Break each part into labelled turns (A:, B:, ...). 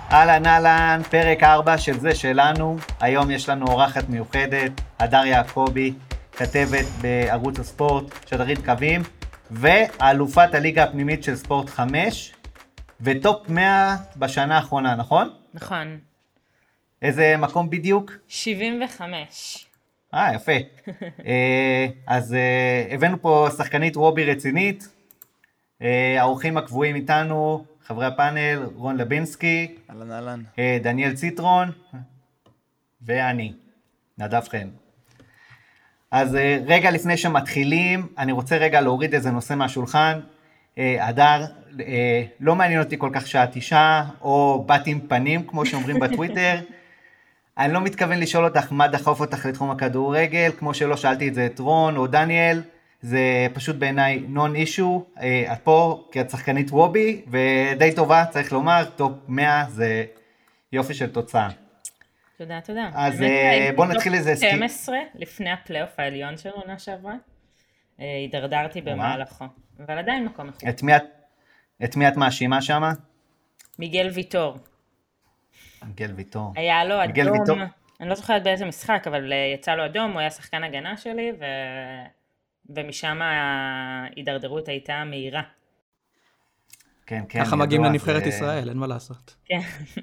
A: אהלן אהלן, פרק 4 של זה שלנו. היום יש לנו אורחת מיוחדת, הדר יעקבי, כתבת בערוץ הספורט, שדרית קווים, ואלופת הליגה הפנימית של ספורט 5, וטופ 100 בשנה האחרונה, נכון?
B: נכון.
A: איזה מקום בדיוק?
B: 75.
A: יפה. אז הבאנו פה שחקנית וובי רצינית, האורחים הקבועים איתנו, חברי הפאנל, רון לבינסקי,
C: אהלן.
A: דניאל ציטרון, ואני, נדב חן. אז רגע לפני שמתחילים, אני רוצה רגע להוריד איזה נושא מהשולחן. הדר, לא מעניין אותי כל כך שאת אישה, או בת עם פנים, כמו שאומרים בטוויטר. אני לא מתכוון לשאול אותך מה דחוף אותך לתחום הכדורגל, כמו שלא שאלתי את זה את רון או דניאל. זה פשוט בעיניי נון אישו, את פה כי את שחקנית וובי, ודי טובה, צריך לומר, טופ 100 זה יופי של תוצאה.
B: תודה.
A: אז בוא נתחיל איזה
B: 12 לפני הפלייאוף העליון של עונה שעברה, הידרדרתי במהלכו, אבל עדיין מקום אחד.
A: את מי את מאשימה שמה?
B: מיגל ויטור.
A: מיגל ויטור.
B: היה לו אדום, אני לא זוכרת באיזה משחק, אבל יצא לו אדום, הוא היה שחקן הגנה שלי, ומשם ההידרדרות הייתה מהירה.
A: כן.
D: ככה מגיעים לנבחרת ישראל, אין מה לעשות.
B: כן.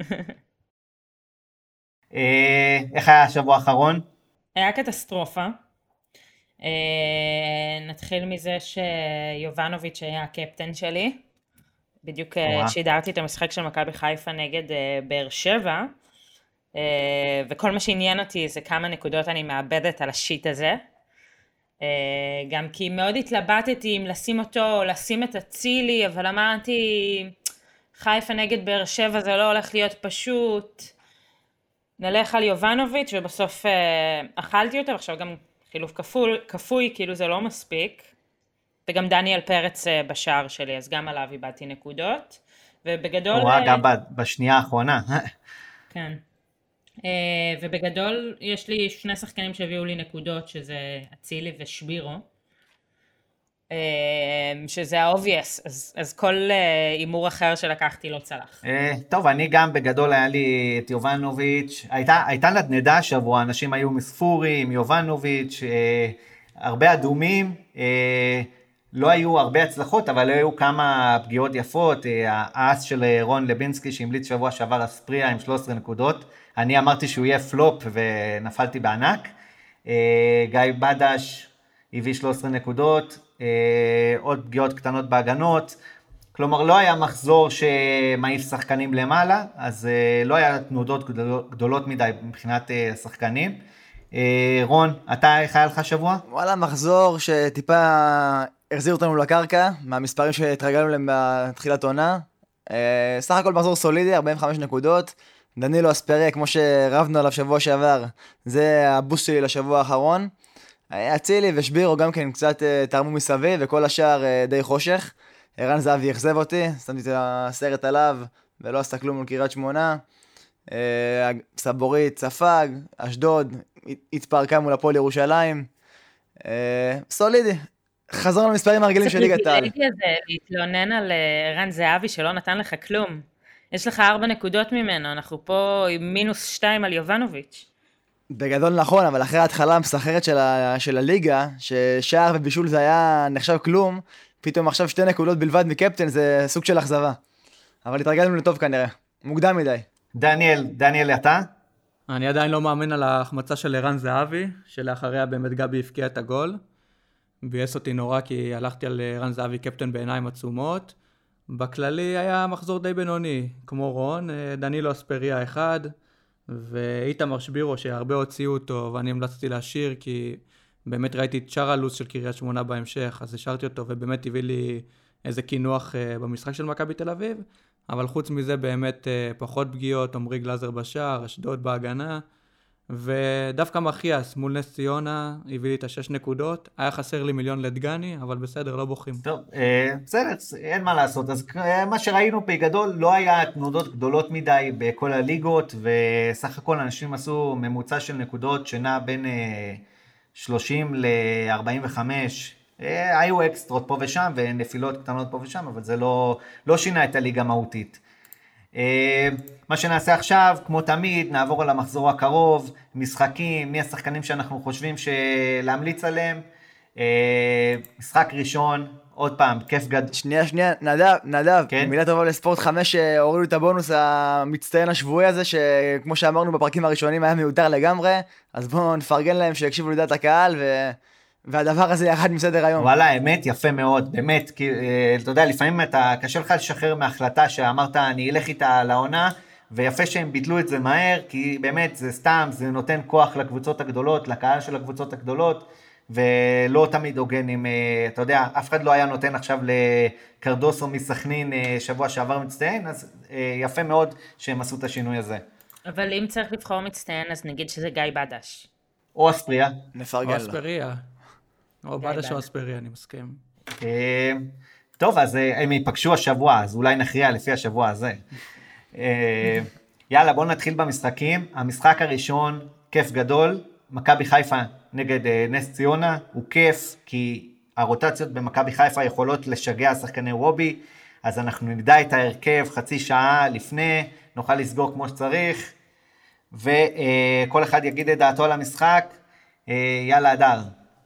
A: איך היה השבוע האחרון?
B: היה קטסטרופה. נתחיל מזה שיובנוביץ' היה הקפטן שלי. בדיוק שידרתי את המשחק של מכבי חיפה נגד באר שבע. וכל מה שעניין אותי זה כמה נקודות אני מאבדת על השיט הזה. גם כי מאוד התלבטתי אם לשים אותו או לשים את הצילי, אבל אמרתי, חיפה נגד באר שבע זה לא הולך להיות פשוט, נלך על יובנוביץ' ובסוף אכלתי אותו, ועכשיו גם חילוף כפוי, כאילו זה לא מספיק, וגם דניאל פרץ בשער שלי, אז גם עליו איבדתי נקודות, ובגדול...
A: גם בשנייה האחרונה. כן.
B: ובגדול יש לי שני שחקנים שהביאו לי נקודות, שזה אצילי ושבירו, שזה ה-obvious, אז כל אימור אחר שלקחתי לא צלח.
A: טוב, אני גם בגדול היה לי את יובנוביץ', הייתה נדנדה שבוע, אנשים היו מספורי עם יובנוביץ', הרבה אדומים, לא היו הרבה הצלחות, אבל היו כמה פגיעות יפות, האס של רון לבינסקי שהמליץ שבוע שעבר אספריה עם 13 נקודות, אני אמרתי שהוא יהיה פלופ ונפלתי בענק. גיא בדש הביא 13 נקודות, עוד פגיעות קטנות בהגנות, כלומר לא היה מחזור שמעיף שחקנים למעלה, אז לא היה תנודות גדולות מדי מבחינת שחקנים. רון, איך היה לך שבוע?
C: וואלה, מחזור שטיפה החזיר אותנו לקרקע, מהמספרים שהתרגלנו להם בתחילת עונה. סך הכל מחזור סולידי, 45 נקודות. דנילו אספריה, כמו שרבנו עליו שבוע שעבר, זה הבוסט שלי לשבוע האחרון. אצילי ושבירו גם כן קצת תרמו מסביב, וכל השאר די חושך. ערן זהבי אכזב אותי, שמתי את הסרט עליו, ולא עשה כלום על קריית שמונה. סבורית, ספג, אשדוד, התפרקה מול הפועל ירושלים. סולידי. חזרנו למספרים הרגילים של ליגת העל.
B: להתלונן על ערן זהבי שלא נתן לך כלום. יש לך 4 נקודות ממנו, אנחנו פה עם -2 על יובנוביץ'.
C: בגדול נכון, אבל אחרי ההתחלה המסחרת של הליגה, ששער ובישול זה היה נחשב כלום, פתאום עכשיו 2 נקודות בלבד מקפטן, זה סוג של אכזבה. אבל התרגלנו לטוב כנראה, מוקדם מדי.
A: דניאל אתה?
D: אני עדיין לא מאמין על ההחמצה של ערן זהבי, שלאחריה באמת גבי הפקיע את הגול. בייס אותי נורא כי הלכתי על ערן זהבי קפטן בעיניים עצומות. בכללי היה מחזור די בינוני, כמו רון, דנילו אספריה 1, ואיתמר שבירו שהרבה הוציאו אותו, ואני המלצתי להשאיר כי באמת ראיתי את שאר הלו"ז של קריית שמונה בהמשך, אז השארתי אותו ובאמת הביא לי איזה כינוח במשחק של מכבי תל אביב, אבל חוץ מזה באמת פחות פגיעות, עומרי גלאזר בשער, אשדוד בהגנה, ודווקא מחיאס מול נס ציונה הביא לי את 6 נקודות, היה חסר לי מיליון לדגני, אבל בסדר, לא בוכים.
A: טוב, בסדר, אין מה לעשות, אז מה שראינו בגדול לא היה תנודות גדולות מדי בכל הליגות, וסך הכל אנשים עשו ממוצע של נקודות שנע בין 30 ל-45, היו אקסטרות פה ושם ונפילות קטנות פה ושם, אבל זה לא שינה את הליגה מהותית. מה שנעשה עכשיו, כמו תמיד, נעבור על המחזור הקרוב, משחקים, מי השחקנים שאנחנו חושבים להמליץ עליהם. משחק ראשון, עוד פעם, כיף גדול.
C: שנייה, נדב, כן? מילה טובה לספורט 5 שהורידו את הבונוס המצטיין השבועי הזה, שכמו שאמרנו בפרקים הראשונים היה מיותר לגמרי, אז בואו נפרגן להם שיקשיבו לדעת הקהל, והדבר הזה ירד מסדר היום.
A: וואלה, האמת, יפה מאוד, באמת, כי, אתה יודע, לפעמים קשה לך לשחרר מההחלטה שאמרת, אני אלך איתה לעונה, ויפה שהם ביטלו את זה מהר, כי באמת זה סתם, זה נותן כוח לקבוצות הגדולות, לקהל של הקבוצות הגדולות, ולא תמיד הוגן עם, אתה יודע, אף אחד לא היה נותן עכשיו לקרדוסו מסכנין שבוע שעבר מצטיין, אז יפה מאוד שהם עשו את השינוי הזה.
B: אבל אם צריך לבחור מצטיין, אז נגיד שזה גיא בדש.
A: או אספריה.
C: נפרגן לו.
D: או אספריה. או בדש או אספריה, אני מסכים.
A: טוב, אז הם ייפגשו השבוע, אז אולי נכריע לפי השבוע הזה. יאללה, בואו נתחיל במשחקים. המשחק הראשון, כיף גדול, מכבי חיפה נגד נס ציונה, הוא כיף, כי הרוטציות במכבי חיפה יכולות לשגע שחקני רובי, אז אנחנו נדע את ההרכב חצי שעה לפני, נוכל לסגור כמו שצריך, וכל אחד יגיד את דעתו על המשחק. יאללה, אדר.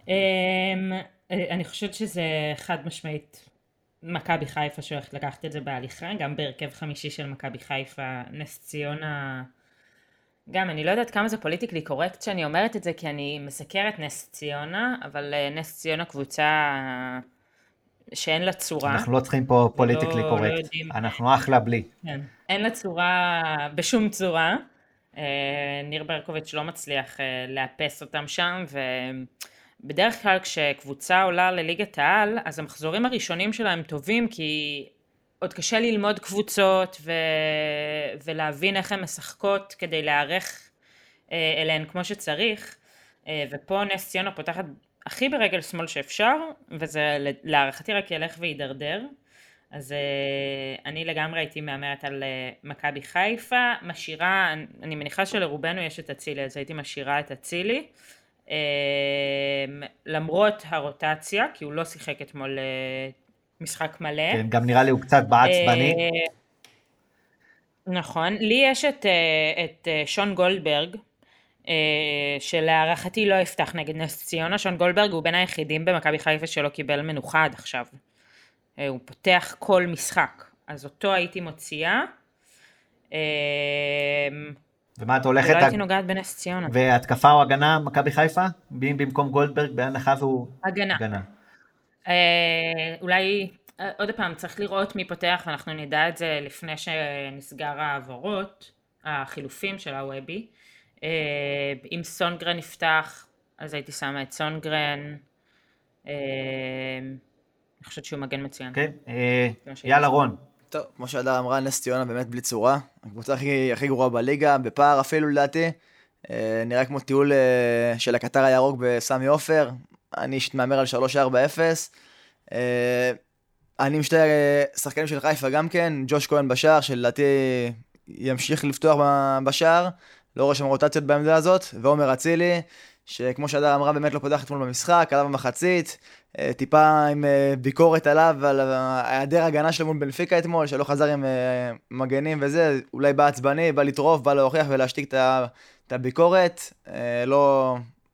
B: אני חושבת שזה חד משמעית מכבי חיפה שהולכת לקחת את זה בהליכה, גם בהרכב חמישי של מכבי חיפה, נס ציונה, גם אני לא יודעת כמה זה פוליטיקלי קורקט שאני אומרת את זה, כי אני מסקרת נס ציונה, אבל נס ציונה קבוצה שאין לה צורה.
A: אנחנו לא צריכים פה פוליטיקלי קורקט, אנחנו אחלה בלי.
B: כן. אין לה צורה בשום צורה, ניר ברקוביץ' לא מצליח לאפס אותם שם, ובדרך כלל כשקבוצה עולה לליגת העל, אז המחזורים הראשונים שלה הם טובים, כי עוד קשה ללמוד קבוצות ולהבין איך הן משחקות כדי להערך אליהן כמו שצריך, ופה נס ציונה פותחת הכי ברגל שמאל שאפשר, וזה להערכתי רק ילך וידרדר, אז אני לגמרי הייתי מאמרת על מכבי חיפה, משאירה, אני מניחה שלרובנו יש את אצילי, אז הייתי משאירה את אצילי, למרות הרוטציה, כי הוא לא שיחק אתמול משחק מלא.
A: כן, גם נראה לי הוא קצת בעצבני.
B: נכון, לי יש את שון גולדברג, שלהערכתי לא יפתח נגד נס ציונה. שון גולדברג הוא בין היחידים במכבי חיפה שלא קיבל מנוחה עד עכשיו. הוא פותח כל משחק, אז אותו הייתי מוציאה.
A: ומה את הולכת?
B: ולא הייתי נוגעת בנס ציונה.
A: והתקפה או הגנה מכבי חיפה? במקום גולדברג בהנחה והוא...
B: הגנה. אולי עוד פעם צריך לראות מי פותח, ואנחנו נדע את זה לפני שנסגר העברות, החילופים של הוובי. אם סונגרן נפתח, אז הייתי שמה את סונגרן. אני חושבת שהוא מגן מצוין.
A: כן, יאללה רון.
C: טוב, כמו שהדר אמרה, נס ציונה באמת בלי צורה. הקבוצה הכי גרועה בליגה, בפער אפילו לדעתי. נראה כמו טיול של הקטר הירוק בסמי עופר. אני מתמהמר על 3-4-0. אני עם שתי שחקנים של חיפה גם כן, ג'וש כהן בשער, שלדעתי ימשיך לפתוח בשער, לא רואה שם רוטציות בעמדה הזאת, ועומר אצילי, שכמו שהדר אמרה באמת לא פותח אתמול במשחק, עליו במחצית, טיפה עם ביקורת עליו, על היעדר הגנה שלו מול בנפיקה אתמול, שלא חזר עם מגנים וזה, אולי בא עצבני, בא לטרוף, בא להוכיח ולהשתיק את הביקורת, לא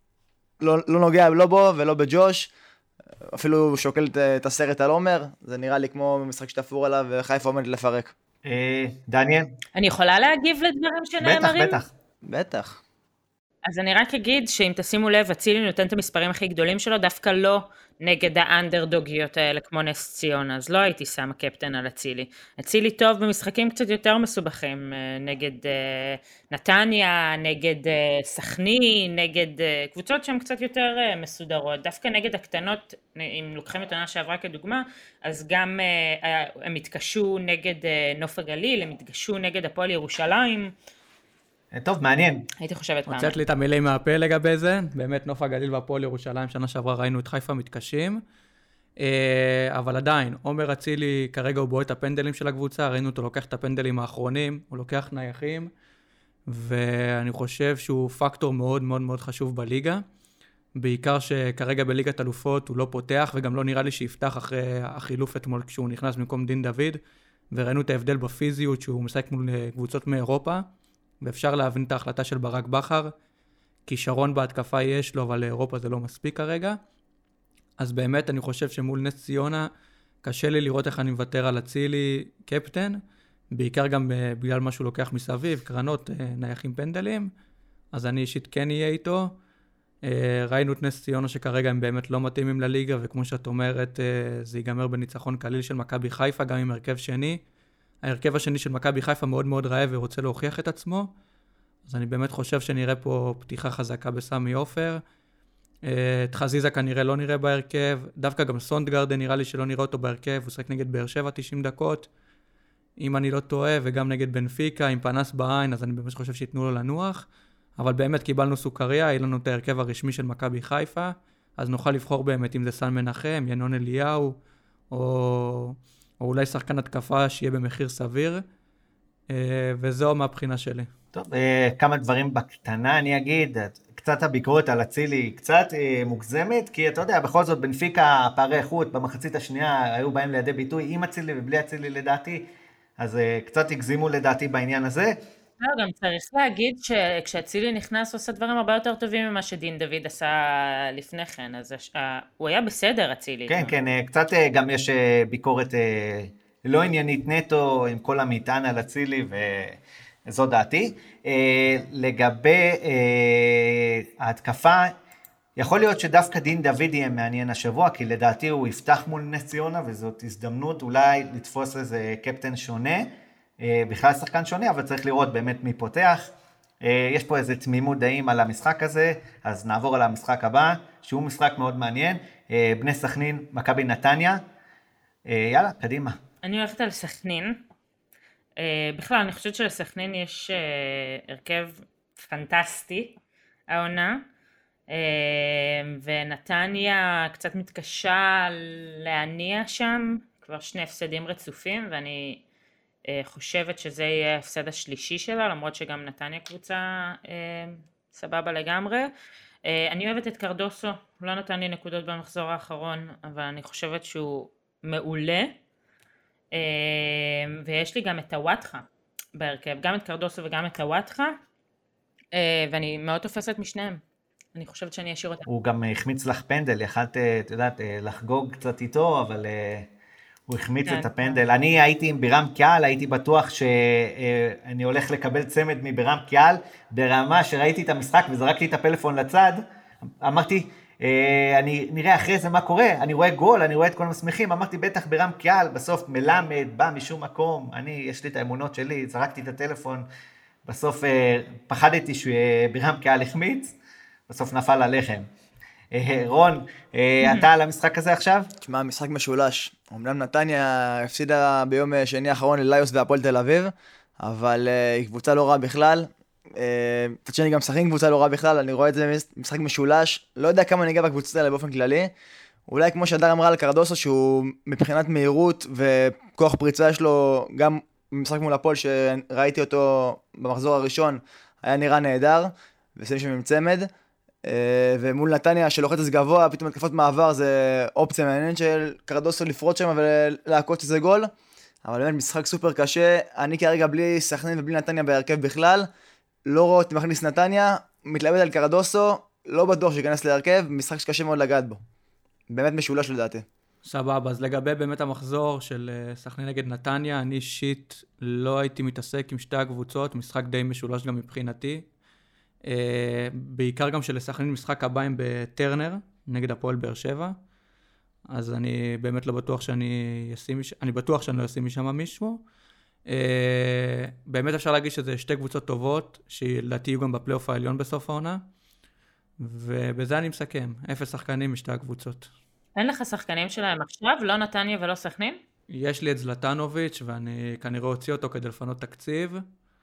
C: נוגע לא בו ולא בג'וש, אפילו הוא שוקל את הסרט על עומר, זה נראה לי כמו משחק שתפור עליו, וחיפה עומדת לפרק.
A: דניאל?
B: אני יכולה להגיב לדברים שנאמרים?
C: בטח.
B: אז אני רק אגיד שאם תשימו לב, אצילי נותן את המספרים הכי גדולים שלו, דווקא לא נגד האנדרדוגיות האלה כמו נס ציונה, אז לא הייתי שמה קפטן על אצילי. אצילי טוב במשחקים קצת יותר מסובכים, נגד נתניה, נגד סכנין, נגד קבוצות שהן קצת יותר מסודרות, דווקא נגד הקטנות, אם לוקחים את העונה שעברה כדוגמה, אז גם הם התקשו נגד נוף הגליל, הם התקשו נגד הפועל ירושלים,
A: טוב, מעניין.
B: הייתי חושבת פעם.
D: הוצאת לי את המילים מהפה לגבי זה, באמת נוף הגליל והפועל ירושלים, שנה שעברה ראינו את חיפה מתקשים, אבל עדיין, עומר אצילי כרגע הוא בועט הפנדלים של הקבוצה, ראינו אותו לוקח את הפנדלים האחרונים, הוא לוקח נייחים, ואני חושב שהוא פקטור מאוד מאוד מאוד חשוב בליגה, בעיקר שכרגע בליגת אלופות הוא לא פותח, וגם לא נראה לי שיפתח אחרי החילוף אתמול כשהוא נכנס במקום דין דוד, וראינו את ההבדל בפיזיות שהוא משחק מול קבוצות מאירופה, ואפשר להבין את ההחלטה של ברק בכר, כישרון בהתקפה יש לו, אבל לאירופה זה לא מספיק כרגע. אז באמת אני חושב שמול נס ציונה, קשה לי לראות איך אני מוותר על אצילי קפטן, בעיקר גם בגלל מה שהוא לוקח מסביב, קרנות, נייחים פנדלים, אז אני אישית כן אהיה איתו. ראינו את נס ציונה שכרגע הם באמת לא מתאימים לליגה, וכמו שאת אומרת, זה ייגמר בניצחון קליל של מכבי חיפה, גם עם הרכב שני. ההרכב השני של מכבי חיפה מאוד מאוד רעב ורוצה להוכיח את עצמו, אז אני באמת חושב שנראה פה פתיחה חזקה בסמי עופר. את חזיזה כנראה לא נראה בהרכב, דווקא גם סונדגרדן נראה לי שלא נראה אותו בהרכב, הוא שחק נגד באר שבע 90 דקות, אם אני לא טועה, וגם נגד בנפיקה עם פנס בעין, אז אני באמת חושב שיתנו לו לנוח, אבל באמת קיבלנו סוכריה, יהיה לנו את ההרכב הרשמי של מכבי חיפה, אז נוכל לבחור באמת אם זה סן מנחם, ינון אליהו, או אולי שחקן התקפה שיהיה במחיר סביר, וזהו מהבחינה שלי.
A: טוב, כמה דברים בקטנה אני אגיד, קצת הביקורת על אצילי קצת מוגזמת, כי אתה יודע, בכל זאת בנפיקה פערי איכות במחצית השנייה היו בהם לידי ביטוי עם אצילי ובלי אצילי לדעתי, אז קצת הגזימו לדעתי בעניין הזה.
B: לא, גם צריך להגיד שכשאצילי נכנס הוא עושה דברים הרבה יותר טובים ממה שדין דוד עשה לפני כן, אז הוא היה בסדר אצילי.
A: כן, כן, קצת גם יש ביקורת לא עניינית נטו עם כל המטען על אצילי וזו דעתי. לגבי ההתקפה, יכול להיות שדווקא דין דוד יהיה מעניין השבוע, כי לדעתי הוא יפתח מול נס ציונה, וזאת הזדמנות אולי לתפוס איזה קפטן שונה, בכלל שחקן שונה, אבל צריך לראות באמת מי פותח. יש פה איזה תמימות דעים על המשחק הזה, אז נעבור על המשחק הבא, שהוא משחק מאוד מעניין. בני סכנין, מכבי נתניה. יאללה, קדימה.
B: אני הולכת על סכנין. בכלל, אני חושבת שלסכנין יש הרכב פנטסטי, העונה. ונתניה קצת מתקשה להניע שם, כבר 2 הפסדים רצופים, ואני חושבת שזה יהיה ההפסד השלישי שלה, למרות שגם נתניה קבוצה סבבה לגמרי. אני אוהבת את קרדוסו, הוא לא נתן לי נקודות במחזור האחרון, אבל אני חושבת שהוא מעולה. ויש לי גם את הוואטחה בהרכב, גם את קרדוסו וגם את הוואטחה, ואני מאוד תופסת משניהם. אני חושבת שאני אשאיר אותה.
A: הוא גם החמיץ לך פנדל, יכלת, את יודעת, לחגוג קצת איתו, אבל הוא החמיץ את הפנדל. אני הייתי עם בירם קיאל, הייתי בטוח שאני הולך לקבל צמד מבירם קיאל, ברמה שראיתי את המשחק וזרקתי את הפלאפון לצד, אמרתי, אני נראה אחרי זה מה קורה, אני רואה גול, אני רואה את כל המסמכים, אמרתי בטח בירם קיאל, בסוף מלמד, בא משום מקום, יש לי את האמונות שלי, זרקתי את הטלפון, בסוף פחדתי שבירם קיאל החמיץ, בסוף נפל הלחם. רון, אתה על המשחק הזה עכשיו?
C: תשמע, משחק משולש. אומנם נתניה הפסידה ביום שני האחרון לליוס והפועל תל אביב, אבל היא קבוצה לא רעה בכלל. מצד שני גם סכנין קבוצה לא רעה בכלל, אני רואה את זה משחק משולש. לא יודע כמה ניגע בקבוצות האלה באופן כללי. אולי כמו שהדר אמרה על קרדוסו, שהוא מבחינת מהירות וכוח פריצה שלו, גם במשחק מול הפועל שראיתי אותו במחזור הראשון, היה נראה נהדר, ושמים שם עם צמד. ומול נתניה שלוחץ אז גבוה, פתאום התקפות מעבר, זה אופציה מעניינת של קרדוסו לפרוט שם ולעקוץ איזה גול, אבל באמת משחק סופר קשה. אני כרגע בלי סכנין ובלי נתניה בהרכב בכלל, לא רואה אותי מכניס נתניה, מתלבט על קרדוסו, לא בטוח שיכנס להרכב, משחק שקשה מאוד לגעת בו, באמת משולש לדעתי.
D: סבבה, אז לגבי באמת המחזור של סכנין נגד נתניה, אני אישית לא הייתי מתעסק עם שתי הקבוצות, משחק די משולש גם מבחינתי, בעיקר גם שלסכנין משחק הבא עם בטרנר, נגד הפועל באר שבע, אז אני באמת לא בטוח שאני בטוח שאני לא אשים משם מישהו. באמת אפשר להגיד שזה שתי קבוצות טובות, שלדעתי יהיו גם בפלייאוף העליון בסוף העונה, ובזה אני מסכם, 0 שחקנים משתי הקבוצות.
B: אין לך שחקנים שלהם עכשיו, לא נתניה ולא סכנין?
D: יש לי את זלטנוביץ' ואני כנראה הוציא אותו כדי לפנות תקציב,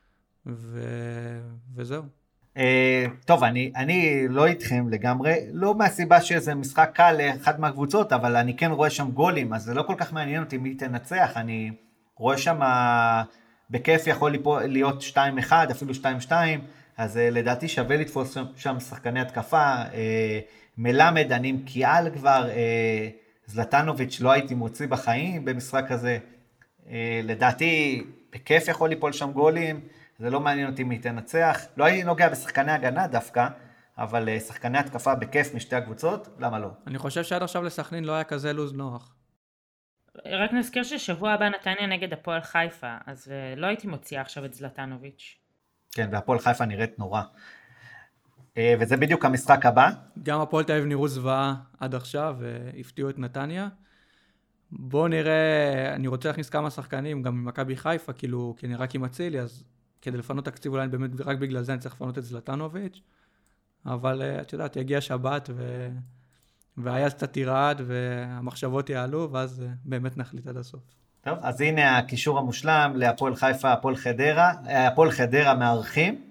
D: וזהו.
A: טוב, אני לא איתכם לגמרי, לא מהסיבה שזה משחק קל לאחד מהקבוצות, אבל אני כן רואה שם גולים, אז זה לא כל כך מעניין אותי מי תנצח, אני רואה שם בכיף יכול להיות 2-1, אפילו 2-2, אז לדעתי שווה לתפוס שם שחקני התקפה, מלמד, אני עם קיאל כבר, זלטנוביץ' לא הייתי מוציא בחיים במשחק הזה, לדעתי, בכיף יכול ליפול שם גולים, זה לא מעניין אותי מי תנצח. לא הייתי נוגע בשחקני הגנה דווקא, אבל שחקני התקפה בכיף משתי הקבוצות, למה לא?
D: אני חושב שעד עכשיו לסכנין לא היה כזה לוז נוח.
B: רק נזכיר ששבוע הבא נתניה נגד הפועל חיפה, אז לא הייתי מוציאה עכשיו את זלטנוביץ'.
A: כן, והפועל חיפה נראית נורא. וזה בדיוק המשחק הבא.
D: גם הפועל תל אביב נראו זוועה עד עכשיו, והפתיעו את נתניה. בואו נראה, אני רוצה להכניס כמה שחקנים, גם ממכבי חיפה, כאילו, כי אני רק עם אצילי, אז כדי לפנות תקציב אולי באמת רק בגלל זה אני צריך לפנות את זלטנוביץ'. אבל את יודעת, יגיע שבת והיד קצת תירעד והמחשבות יעלו, ואז באמת נחליט עד הסוף.
A: טוב, אז הנה הקישור המושלם להפועל חיפה, הפועל חדרה. הפועל חדרה מארחים.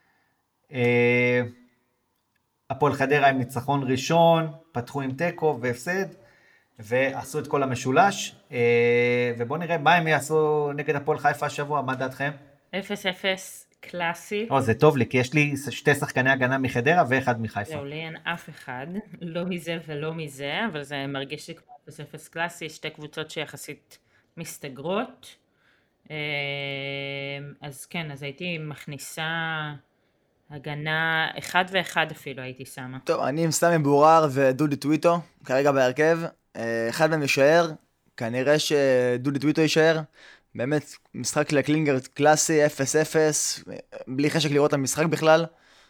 A: הפועל חדרה עם ניצחון ראשון, פתחו עם טקו והפסד, ועשו את כל המשולש. ובואו נראה מה הם יעשו נגד הפועל חיפה השבוע, מה דעתכם?
B: 0-0 קלאסי.
A: זה טוב לי, כי יש לי שתי שחקני הגנה מחדרה ואחד מחיפה.
B: זהו, לי אין אף אחד, לא מזה ולא מזה, אבל זה מרגיש לי כמו 0-0 קלאסי, שתי קבוצות שיחסית מסתגרות. אז כן, אז הייתי מכניסה הגנה 1 ו1 אפילו הייתי שמה.
C: טוב, אני עם סמי בורר ודודי טוויטו, כרגע בהרכב. אחד מהם יישאר, כנראה שדודי טוויטו יישאר. באמת, משחק לקלינגר קלאסי, 0-0, בלי חשק לראות את המשחק בכלל.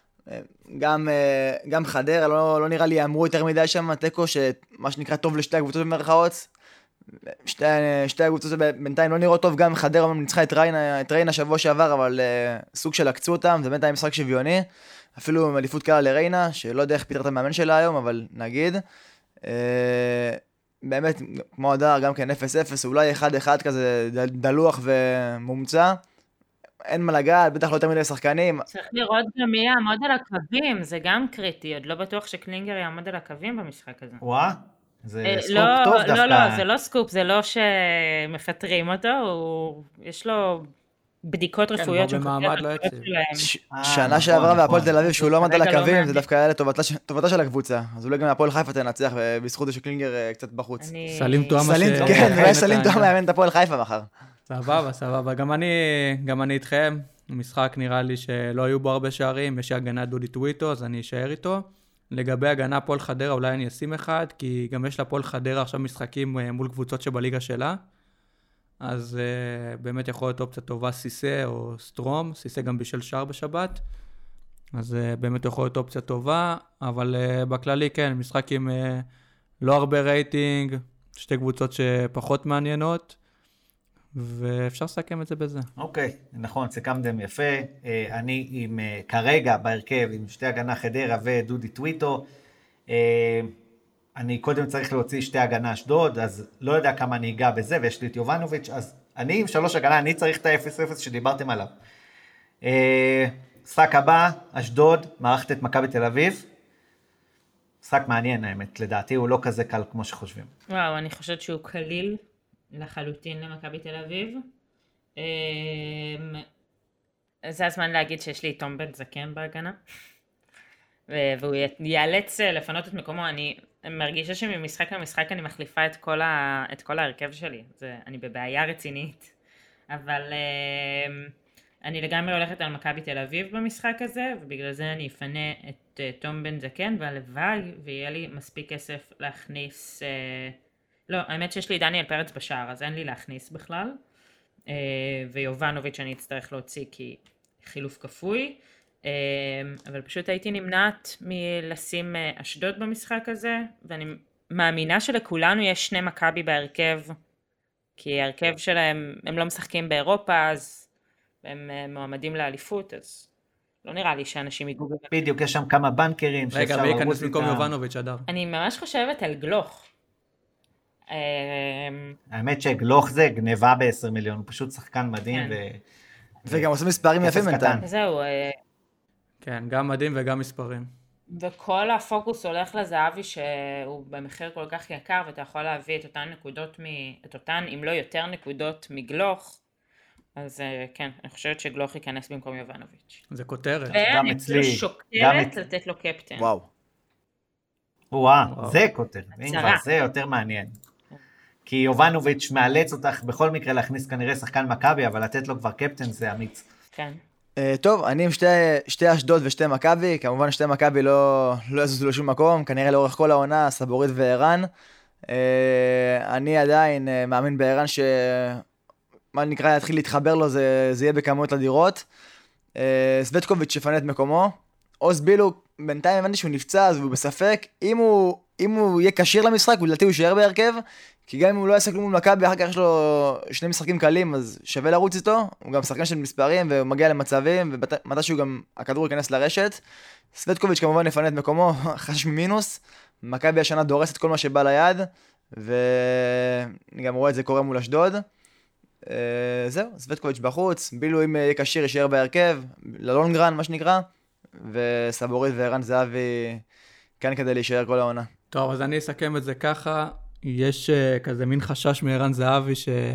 C: גם חדרה, לא נראה לי יאמרו יותר מדי שם, טקו, שמה שנקרא טוב לשתי הקבוצות במרכאות. שתי הקבוצות בינתיים לא נראות טוב, גם חדרה ניצחה את ריינה שבוע שעבר, אבל סוג של עקצו אותם, זה באמת היה משחק שוויוני. אפילו אליפות קלה לריינה, שלא יודע איך פיטר את המאמן שלה היום, אבל נגיד. באמת, כמו הדר, גם כן 0-0, אולי 1-1 כזה דלוח ומומצא. אין מה לגעת, בטח לא יותר מדי שחקנים.
B: צריך לראות גם מי יעמוד על הקווים, זה גם קריטי, עוד לא בטוח שקלינגר יעמוד על הקווים במשחק הזה.
A: וואה, זה סקופ טוב דווקא.
B: לא, זה לא סקופ, זה לא שמפטרים אותו, יש לו בדיקות רפואיות
D: במעמד לא יציב.
C: שנה שעברה בהפועל תל אביב שהוא לא עמד על הקווים, זה דווקא היה לטובתה של הקבוצה. אז אולי גם הפועל חיפה תנצח, ובזכות זה שקלינגר קצת בחוץ.
D: סלים תואמה
C: כן, אולי סלים תואמה יאמן את הפועל חיפה מחר.
D: סבבה. גם אני איתכם. המשחק נראה לי שלא היו בו הרבה שערים, יש הגנה דודי טוויטו, אז אני אשאר איתו. לגבי הגנה הפועל חדרה, אולי אני אשים אחד, כי גם יש לפועל חדרה עכשיו משחקים מול קבוצות שבליגה שלה. אז באמת יכול להיות אופציה טובה סיסה או סטרום, סיסה גם בשל שער בשבת, אז באמת יכול להיות אופציה טובה, אבל בכללי כן, משחק עם לא הרבה רייטינג, שתי קבוצות שפחות מעניינות, ואפשר לסכם את זה בזה.
A: אוקיי, נכון, סיכמתם יפה, אני עם כרגע בהרכב עם שתי הגנה חדרה ודודי טוויטו, אני קודם צריך להוציא שתי הגנה אשדוד, אז לא יודע כמה אני אגע בזה, ויש לי את יובנוביץ', אז אני עם 3 הגנה, אני צריך את ה-0-0 שדיברתם עליו. משחק הבא, אשדוד, מערכת את מכבי תל אביב. משחק מעניין האמת, לדעתי הוא לא כזה קל כמו שחושבים.
B: וואו, אני חושבת שהוא קליל לחלוטין למכבי תל אביב. זה הזמן להגיד שיש לי תום בן זקן בהגנה. והוא ייאלץ לפנות את מקומו. אני מרגישה שממשחק למשחק אני מחליפה את כל ההרכב שלי. אני בבעיה רצינית. אבל אני לגמרי הולכת על מכבי תל אביב במשחק הזה, ובגלל זה אני אפנה את תום בן זקן, והלוואי ויהיה לי מספיק כסף להכניס... לא, האמת שיש לי דניאל פרץ בשער, אז אין לי להכניס בכלל. ויובנוביץ' אני אצטרך להוציא כי חילוף כפוי. אבל פשוט הייתי נמנעת מלשים אשדוד במשחק הזה, ואני מאמינה שלכולנו יש 2 מכבי בהרכב, כי ההרכב שלהם, הם לא משחקים באירופה, אז הם מועמדים לאליפות, אז לא נראה לי שאנשים יגעו בזה.
A: בדיוק, יש שם כמה בנקרים.
D: רגע, וייכנס במקום יובנוביץ' אדר.
B: אני ממש חושבת על גלוך.
A: האמת שגלוך זה גניבה ב10 מיליון, הוא פשוט שחקן מדהים.
C: וגם עושה מספרים יפים בינתיים.
B: זהו.
D: כן, גם מדהים וגם מספרים.
B: וכל הפוקוס הולך לזהבי שהוא במחיר כל כך יקר, ואתה יכול להביא את אותן נקודות, אם לא יותר נקודות מגלוך, אז כן, אני חושבת שגלוך ייכנס במקום יובנוביץ'.
D: זה כותרת.
B: ואני אפילו שוקלת לתת לו קפטן.
C: וואו,
A: זה כותרת. זה יותר מעניין. כי יובנוביץ' מאלץ אותך בכל מקרה להכניס כנראה שחקן מכבי, אבל לתת לו כבר קפטן זה אמיץ.
B: כן.
C: טוב, אני עם שתי אשדוד ושתי מכבי, כמובן שתי מכבי לא יזוזו לשום מקום, כנראה לאורך כל העונה, סבורית וערן. אני עדיין מאמין בערן מה נקרא יתחיל להתחבר לו, זה יהיה בכמות לדירות. סווטקוביץ' שפנה את מקומו. עוז בילו, בינתיים הבנתי שהוא נפצע, אז הוא בספק. אם הוא יהיה קשיר למשחק, לדעתי הוא יישאר בהרכב, כי גם אם הוא לא יעשה כלום במכבי, אחר כך יש לו שני משחקים קלים, אז שווה לרוץ איתו. הוא גם שחקן של מספרים, והוא מגיע למצבים, ומתי שהוא גם הכדור ייכנס לרשת. סווטקוביץ' כמובן יפנה את מקומו, חשש ממינוס. מכבי השנה דורסת כל מה שבא ליד, ואני גם רואה את זה קורה מול אשדוד. זהו, סווטקוביץ' בחוץ, בילו אם יהיה קשיר יישאר בהרכב, ללונגרן מה שנקרא, וסבורית וערן זהבי כאן כדי להישאר כל העונה.
D: טוב, אז אני אסכם את זה ככה, יש כזה מין חשש מערן זהבי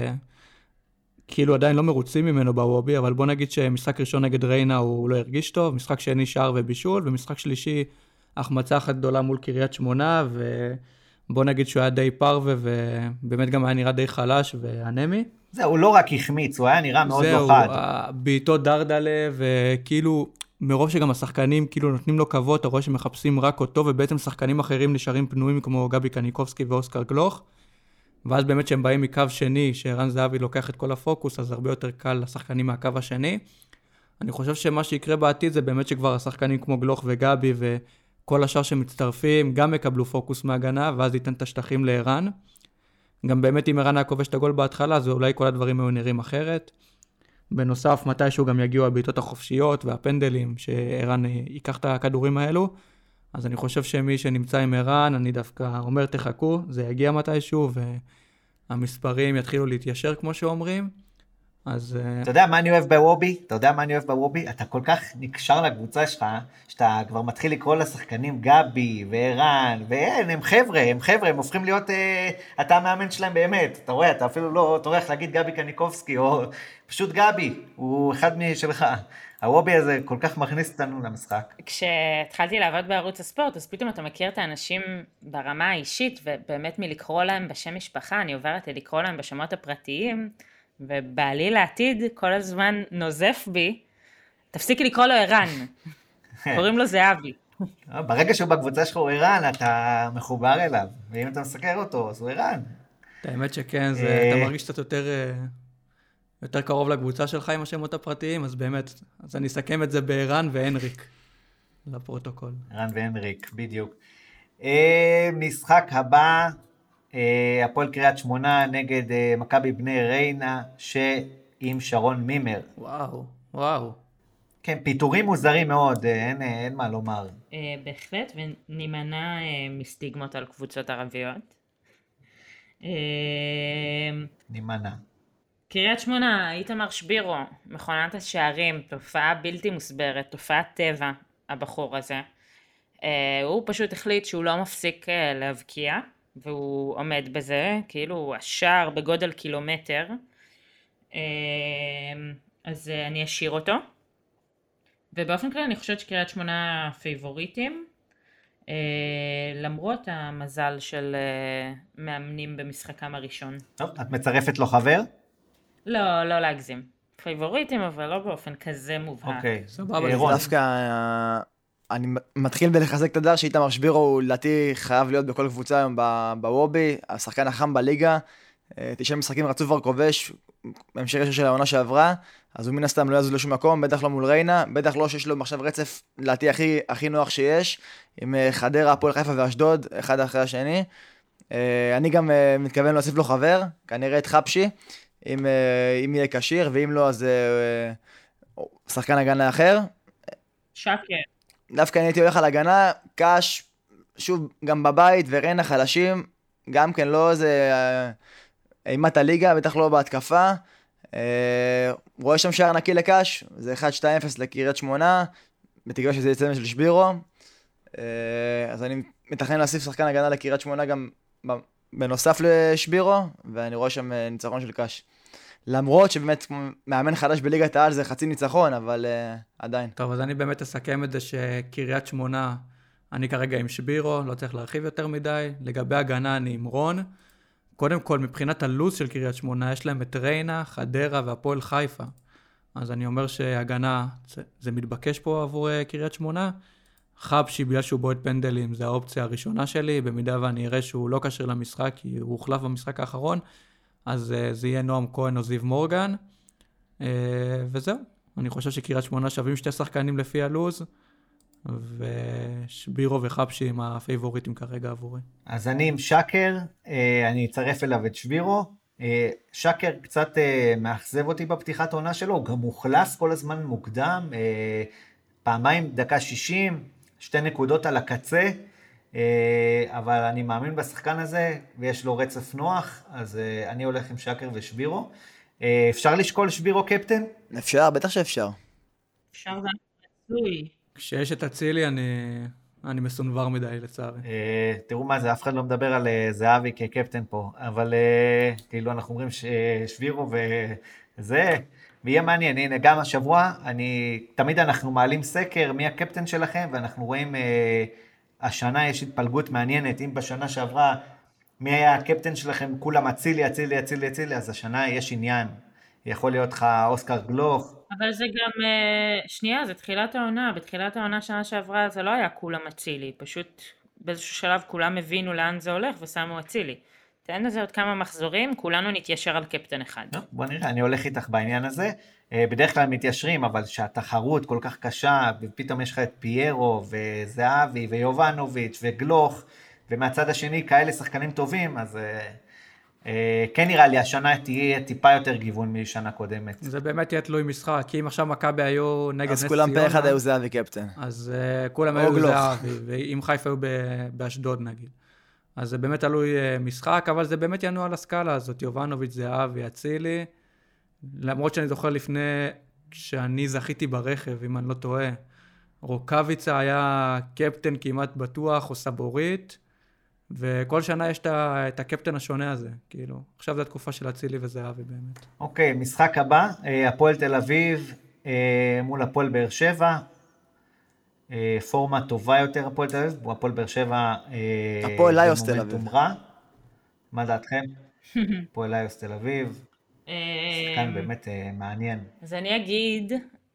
D: שכאילו עדיין לא מרוצים ממנו בוובי, אבל בוא נגיד שמשחק ראשון נגד ריינה הוא לא הרגיש טוב, משחק שני שער ובישול, ומשחק שלישי החמצה אחת גדולה מול קריית שמונה, ובוא נגיד שהוא היה די פרווה, ובאמת גם היה נראה די חלש ואנמי.
A: זהו, לא רק החמיץ, הוא היה נראה מאוד לא חד.
D: זהו, בעיטות דרדלה, וכאילו, מרוב שגם השחקנים כאילו נותנים לו כבוד, אתה רואה שמחפשים רק אותו, ובעצם שחקנים אחרים נשארים פנויים, כמו גבי קניקובסקי ואוסקר גלוך, ואז באמת שהם באים מקו שני, שערן זהבי לוקח את כל הפוקוס, אז הרבה יותר קל לשחקנים מהקו השני. אני חושב שמה שיקרה בעתיד זה באמת שכבר השחקנים כמו גלוך וגבי, וכל השאר שמצטרפים, גם יקבלו פוקוס מהגנה, ואז ייתן את השטחים לערן. גם באמת אם ערן היה כובש את הגול בהתחלה, אז אולי כל הדברים היו נראים אחרת. בנוסף, מתישהו גם יגיעו הבעיטות החופשיות והפנדלים, שערן ייקח את הכדורים האלו. אז אני חושב שמי שנמצא עם ערן, אני דווקא אומר תחכו, זה יגיע מתישהו, והמספרים יתחילו להתיישר כמו שאומרים. אז
A: אתה יודע מה אני אוהב בוובי? אתה כל כך נקשר לקבוצה שלך, שאתה כבר מתחיל לקרוא לשחקנים גבי וערן, והם חבר'ה, הם הופכים להיות, אתה המאמן שלהם באמת. אתה רואה, אתה אפילו לא טורח להגיד גבי קניקובסקי, או פשוט גבי, הוא אחד משלך. הוובי הזה כל כך מכניס אותנו למשחק.
B: כשהתחלתי לעבוד בערוץ הספורט, אז פתאום אתה מכיר את האנשים ברמה האישית, ובאמת מלקרוא להם בשם משפחה, אני עוברת לקרוא להם בשמות הפרטיים, ובעלי לעתיד כל הזמן נוזף בי, תפסיקי לקרוא לו ערן, קוראים לו זהבי.
A: ברגע שהוא בקבוצה שלך הוא ערן, אתה מחובר אליו, ואם אתה מסקר אותו, אז הוא ערן.
D: האמת שכן, אתה מרגיש קצת יותר קרוב לקבוצה שלך עם השמות הפרטיים, אז באמת, אז אני אסכם את זה בערן והנריק, לפרוטוקול.
A: ערן והנריק, בדיוק. משחק הבא, הפועל קריית שמונה נגד מכבי בני ריינה, שעם שרון מימר.
D: וואו.
A: כן, פיתורים מוזרים מאוד, אין מה לומר.
B: בהחלט, ונמנע מסטיגמות על קבוצות ערביות.
A: נמנע.
B: קריית שמונה, איתמר שבירו, מכונת השערים, תופעה בלתי מוסברת, תופעת טבע, הבחור הזה. הוא פשוט החליט שהוא לא מפסיק להבקיע, והוא עומד בזה, כאילו השער בגודל קילומטר, אז אני אשאיר אותו. ובאופן כלל אני חושבת שקריית שמונה פייבוריטים, למרות המזל של מאמנים במשחקם הראשון.
A: טוב, את מצרפת לו חבר?
B: לא להגזים. פייבוריטים, אבל לא באופן כזה מובהק.
A: אוקיי,
C: סבבה. דווקא אני מתחיל בלחזק את הדר שאיתמר שבירו הוא לדעתי חייב להיות בכל קבוצה היום בוובי, השחקן החם בליגה, 9 משחקים רצוף כבר כובש, בהמשך של העונה שעברה, אז הוא מן הסתם לא יזוז לשום מקום, בטח לא מול ריינה, בטח לא שיש לו עכשיו רצף לדעתי הכי נוח שיש, עם חדרה, הפועל חיפה ואשדוד, אחד אחרי השני. אני גם מתכוון להוסיף לו חבר, כנראה את חפשי, אם יהיה קשיר, ואם לא אז שחקן הגנה אחר.
B: שקר.
C: דווקא אני הייתי הולך על הגנה, קש, שוב, גם בבית, וריינה חלשים, גם כן לא איזה אימת הליגה, בטח לא בהתקפה. רואה שם שער נקי לקש, זה 1-2-0 לקריית שמונה, בתקווה שזה יצא של שבירו. אז אני מתכנן להוסיף שחקן הגנה לקריית שמונה גם בנוסף לשבירו, ואני רואה שם ניצחון של קש. למרות שבאמת מאמן חדש בליגת העל זה חצי ניצחון, אבל עדיין.
D: טוב, אז אני באמת אסכם את זה שקריית שמונה, אני כרגע עם שבירו, לא צריך להרחיב יותר מדי. לגבי הגנה אני עם רון. קודם כל, מבחינת הלוז של קריית שמונה, יש להם את ריינה, חדרה והפועל חיפה. אז אני אומר שהגנה, זה מתבקש פה עבור קריית שמונה. חבשי, בגלל שהוא בועט פנדלים, זה האופציה הראשונה שלי, במידה ואני אראה שהוא לא קשר למשחק, כי הוא הוחלף במשחק האחרון, אז זה יהיה נועם כהן או זיו מורגן, וזהו. אני חושב שקריית שמונה שווים 2 שחקנים לפי הלוז, ושבירו וחבשי הם הפייבוריטים כרגע עבורי.
A: אז אני עם שקר, אני אצרף אליו את שבירו. שקר קצת מאכזב אותי בפתיחת העונה שלו, הוא גם מוחלף כל הזמן מוקדם, פעמיים דקה 60, 2 נקודות על הקצה, אבל אני מאמין בשחקן הזה, ויש לו רצף נוח, אז אני הולך עם שקר ושבירו. אפשר לשקול שבירו קפטן?
C: אפשר, בטח שאפשר.
B: אפשר זה רצוי.
D: כשיש את אצילי, אני מסונבר מדי לצערי.
A: תראו מה זה, אף אחד לא מדבר על זהבי כקפטן פה, אבל כאילו אנחנו אומרים שבירו וזה, ויהיה מעניין. הנה, גם השבוע, תמיד אנחנו מעלים סקר מי הקפטן שלכם, ואנחנו רואים, השנה יש התפלגות מעניינת, אם בשנה שעברה, מי היה הקפטן שלכם, כולם אצילי, אצילי, אצילי, אצילי, אז השנה יש עניין. יכול להיות לך אוסקר גלוך.
B: אבל זה גם, שנייה, זה תחילת העונה, בתחילת העונה שנה שעברה זה לא היה כולם אצילי, פשוט באיזשהו שלב כולם הבינו לאן זה הולך ושמו אצילי. תן לזה עוד כמה מחזורים, כולנו נתיישר על קפטן אחד.
A: בוא נראה, אני הולך איתך בעניין הזה. בדרך כלל מתיישרים, אבל שהתחרות כל כך קשה, ופתאום יש לך את פיירו וזהבי ויובנוביץ' וגלוך, ומהצד השני כאלה שחקנים טובים, אז כן נראה לי, השנה תהיה טיפה יותר גיוון משנה קודמת.
D: זה באמת יהיה תלוי משחק, כי אם עכשיו מכבי היו נגד נס ציונה,
C: אז כולם פה אחד היו זהבי קפטן.
D: אז כולם היו זהבי, ואם חיפה היו באשדוד נגיד. אז זה באמת תלוי משחק, אבל זה באמת ינוע על הסקאלה הזאת, יובנוביץ', זהבי, אצילי, למרות שאני זוכר לפני שאני זכיתי ברכב, אם אני לא טועה, רוקאביצה היה קפטן כמעט בטוח, או סבורית, וכל שנה יש את הקפטן השונה הזה, כאילו. עכשיו זו התקופה של אצילי וזהבי באמת.
A: אוקיי, משחק הבא, הפועל תל אביב מול הפועל באר שבע. פורמה טובה יותר הפועל תל אביב, הפועל באר שבע
C: הפועל ליוס תל אביב.
A: מה דעתכם? הפועל ליוס תל אביב. שחקן באמת מעניין.
B: אז אני אגיד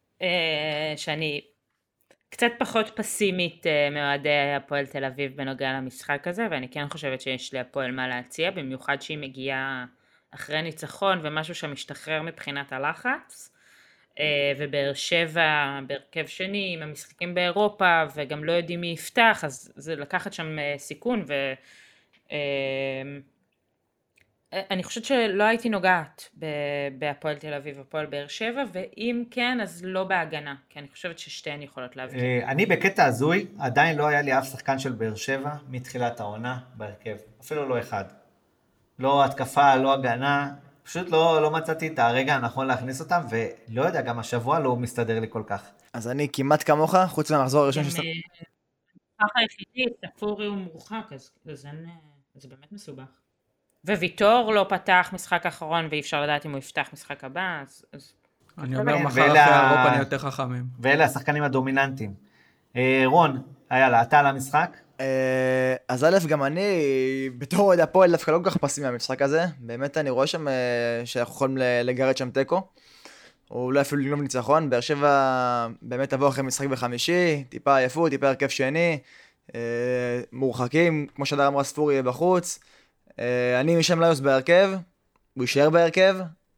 B: שאני קצת פחות פסימית מאוהדי הפועל תל אביב בנוגע למשחק הזה, ואני כן חושבת שיש להפועל מה להציע, במיוחד שהיא מגיעה אחרי ניצחון ומשהו שמשתחרר מבחינת הלחץ, ובאר שבע בהרכב שני עם המשחקים באירופה וגם לא יודעים מי יפתח, אז זה לקחת שם סיכון, אני חושבת שלא הייתי נוגעת בהפועל תל אביב והפועל באר שבע, ואם כן, אז לא בהגנה, כי אני חושבת ששתיהן יכולות להבקיע.
A: אני בקטע הזוי, עדיין לא היה לי אף שחקן של באר שבע מתחילת העונה בהרכב, אפילו לא אחד. לא התקפה, לא הגנה, פשוט לא מצאתי את הרגע הנכון להכניס אותם, ולא יודע, גם השבוע לא מסתדר לי כל כך.
C: אז אני כמעט כמוך, חוץ מהמחזור הראשון
B: המשחק היחידי, ספורי הוא מורחק, אז זה באמת מסובך. וויטור לא פתח משחק אחרון, ואי אפשר לדעת אם הוא יפתח משחק הבא, אז
D: אני אומר מחר אחרי אירופה נהיה יותר חכמים.
A: ואלה השחקנים הדומיננטיים. רון, יאללה, אתה על המשחק?
C: אז א', גם אני, בתור אוהד הפועל, דווקא לא כל כך פסימי מהמשחק הזה. באמת אני רואה שם שאנחנו יכולים לגרד שם טקו. או אולי אפילו לגנוב ניצחון. באר שבע באמת תבוא אחרי משחק בחמישי, טיפה עייפות, טיפה הרכב שני, מורחקים, כמו שדר אמרה ספורי בחוץ. אני משם ליוס בהרכב, הוא יישאר בהרכב.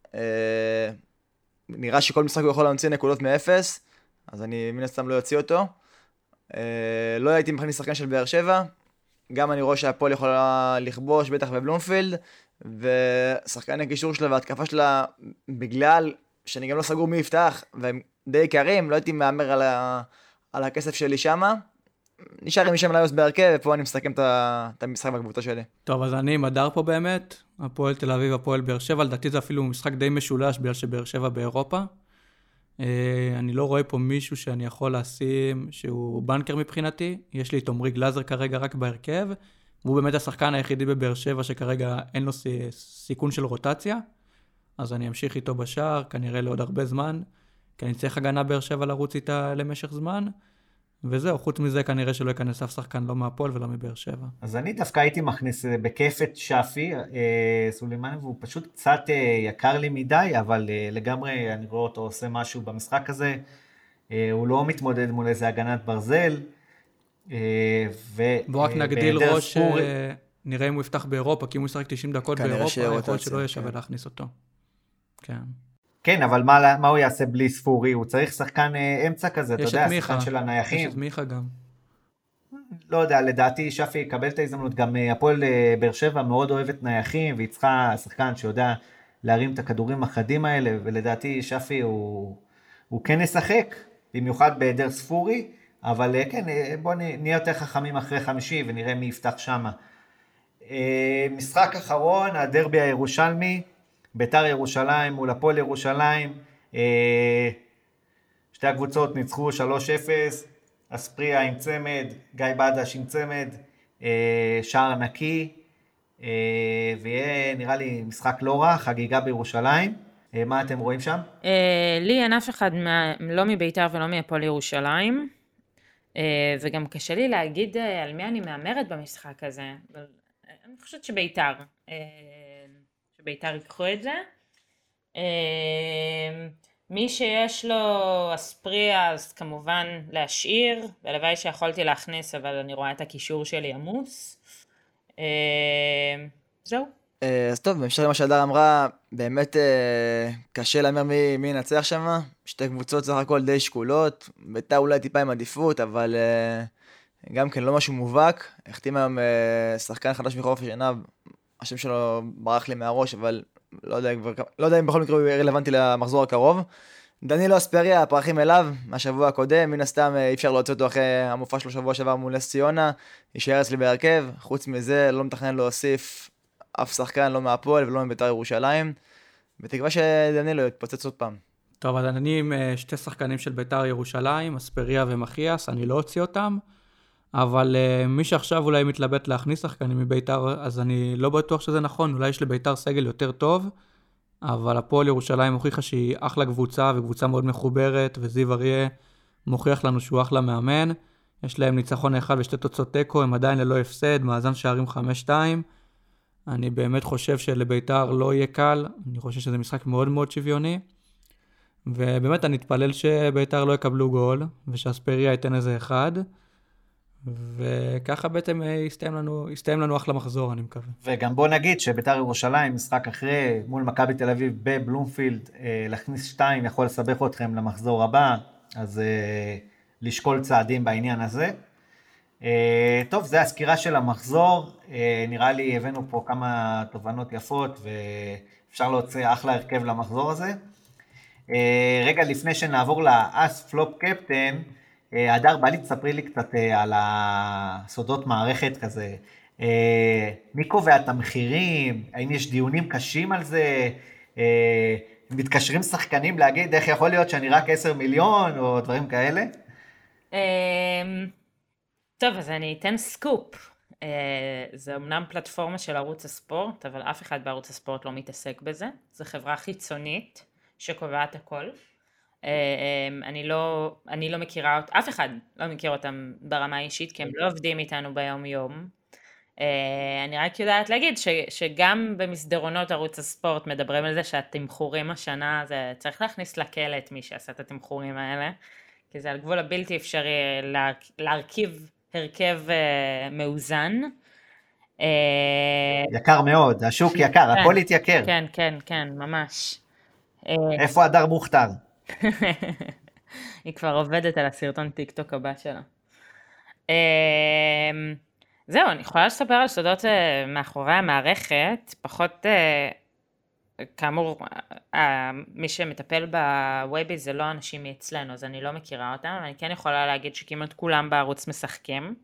C: נראה שכל משחק הוא יכול להמציא נקודות מאפס, אז אני מן הסתם לא יוציא אותו. לא הייתי מכניס שחקן של באר שבע, גם אני רואה שהפועל יכולה לכבוש, בטח בבלומפילד, ושחקן הקישור שלה וההתקפה שלה, בגלל שאני גם לא סגור מי יפתח, והם די יקרים, לא הייתי מאמר על הכסף שלי שמה. נשאר עם משם ליוס בהרכב, ופה אני מסתכם את המשחק בקבוצה שלי.
D: טוב, אז אני מדר פה באמת, הפועל תל אביב, הפועל באר שבע, לדעתי זה אפילו משחק די משולש, בגלל שבאר שבע באירופה. אני לא רואה פה מישהו שאני יכול לשים שהוא בנקר מבחינתי, יש לי את עומרי גלאזר כרגע רק בהרכב, והוא באמת השחקן היחידי בבאר שבע שכרגע אין לו סיכון של רוטציה, אז אני אמשיך איתו בשער, כנראה לעוד הרבה זמן, כי אני צריך הגנה באר שבע לרוץ איתה למשך זמן, וזהו, חוץ מזה כנראה שלא ייכנס אף שחקן לא מהפועל ולא מבאר שבע.
A: אז אני דווקא הייתי מכניס בכיף את שפי, סולימאן, והוא פשוט קצת יקר לי מדי, אבל לגמרי אני רואה אותו עושה משהו במשחק הזה, הוא לא מתמודד מול איזה הגנת ברזל,
D: בוא רק נגדיל ראש, נראה אם הוא יפתח באירופה, כי אם הוא ישחק 90 דקות באירופה, יכול להיות שלא יהיה שווה להכניס אותו. כן.
A: כן, אבל מה הוא יעשה בלי ספורי? הוא צריך שחקן אמצע כזה, אתה יודע, שחקן של הנייחים.
D: יש את מיכה גם.
A: לא יודע, לדעתי שפי יקבל את ההזדמנות, גם הפועל באר שבע מאוד אוהבת נייחים, והיא צריכה שחקן שיודע להרים את הכדורים החדים האלה, ולדעתי שפי הוא כן ישחק, במיוחד בהיעדר ספורי, אבל כן, בואו נהיה יותר חכמים אחרי 50 ונראה מי יפתח שמה. משחק אחרון, הדרבי הירושלמי, ביתר ירושלים מול הפועל ירושלים, שתי הקבוצות ניצחו 3-0, אספריה עם צמד, גיא בדש עם צמד, שער נקי, ויהיה נראה לי משחק לא רע, חגיגה בירושלים. מה אתם רואים שם?
B: לי אין אף אחד לא מביתר ולא מהפועל ירושלים, וגם קשה לי להגיד על מי אני מאמרת במשחק הזה, אבל אני חושבת שביתר ייקחו את זה. מי שיש לו אספריה אז כמובן להשאיר, והלוואי שיכולתי להכניס, אבל אני רואה את הקישור שלי עמוס. זהו.
C: אז טוב, בהמשך למה שהדר אמרה, באמת קשה להאמר מי ינצח שם, שתי קבוצות סך הכל די שקולות, ביתר אולי טיפה עם עדיפות, אבל גם כן לא משהו מובהק, החתים היום שחקן חדש מחורף השנה, השם שלו ברח לי מהראש, אבל לא יודע אם בכל מקרה הוא רלוונטי למחזור הקרוב. דנילו אספריה, הפרחים אליו, מהשבוע הקודם, מן הסתם אי אפשר להוציא אותו אחרי המופע שלו שבוע שעבר מול נס ציונה, יישאר אצלי בהרכב, חוץ מזה לא מתכנן להוסיף אף שחקן לא מהפועל ולא מביתר ירושלים, בתקווה שדנילו יתפוצץ עוד פעם.
D: טוב, אז אני עם שתי שחקנים של ביתר ירושלים, אספריה ומחיאס, אני לא אוציא אותם, אבל מי שעכשיו אולי מתלבט להכניס שחקנים מביתר, אז אני לא בטוח שזה נכון, אולי יש לביתר סגל יותר טוב, אבל הפועל ירושלים מוכיחה שהיא אחלה קבוצה, וקבוצה מאוד מחוברת, וזיו אריה מוכיח לנו שהוא אחלה מאמן, יש להם ניצחון אחד ושתי תוצאות תיקו, הם עדיין ללא הפסד, מאזן שערים 5-2, אני באמת חושב שלביתר לא יהיה קל, אני חושב שזה משחק מאוד מאוד שוויוני, ובאמת אני אתפלל שביתר לא יקבלו גול, ושאספריה ייתן איזה אחד, וככה בעצם יסתיים לנו אחלה מחזור, אני מקווה.
A: וגם בוא נגיד שביתר ירושלים, משחק אחרי מול מכבי תל אביב בבלומפילד, להכניס 2 יכול לסבך אתכם למחזור הבא, אז לשקול צעדים בעניין הזה. טוב, זה הסקירה של המחזור, נראה לי הבאנו פה כמה תובנות יפות, ואפשר להוציא אחלה הרכב למחזור הזה. רגע לפני שנעבור לאס פלופ קפטן, הדר, בא לי תספרי לי קצת על הסודות מערכת כזה, מי קובע את המחירים, האם יש דיונים קשים על זה, מתקשרים שחקנים להגיד איך יכול להיות שאני רק 10 מיליון או דברים כאלה?
B: טוב, אז אני אתן סקופ. זה אמנם פלטפורמה של ערוץ הספורט, אבל אף אחד בערוץ הספורט לא מתעסק בזה. זו חברה חיצונית שקובעת הכל. אני לא מכירה, אף אחד לא מכיר אותם ברמה האישית, כי הם לא עובדים איתנו ביום יום. אני רק יודעת להגיד שגם במסדרונות ערוץ הספורט מדברים על זה שהתמחורים השנה, זה צריך להכניס לכלא את מי שעשה את התמחורים האלה, כי זה על גבול הבלתי אפשרי להרכיב הרכב מאוזן.
A: יקר מאוד, השוק יקר, הכל התייקר.
B: כן, כן, כן, ממש.
A: איפה הדר מוכתר?
B: היא כבר עובדת על הסרטון טיק טוק הבא שלה. זהו, אני יכולה לספר על סודות מאחורי המערכת, פחות, כאמור, מי שמטפל בווייביז זה לא אנשים מאצלנו, אז אני לא מכירה אותם, אבל אני כן יכולה להגיד שכמעט כולם בערוץ משחקים,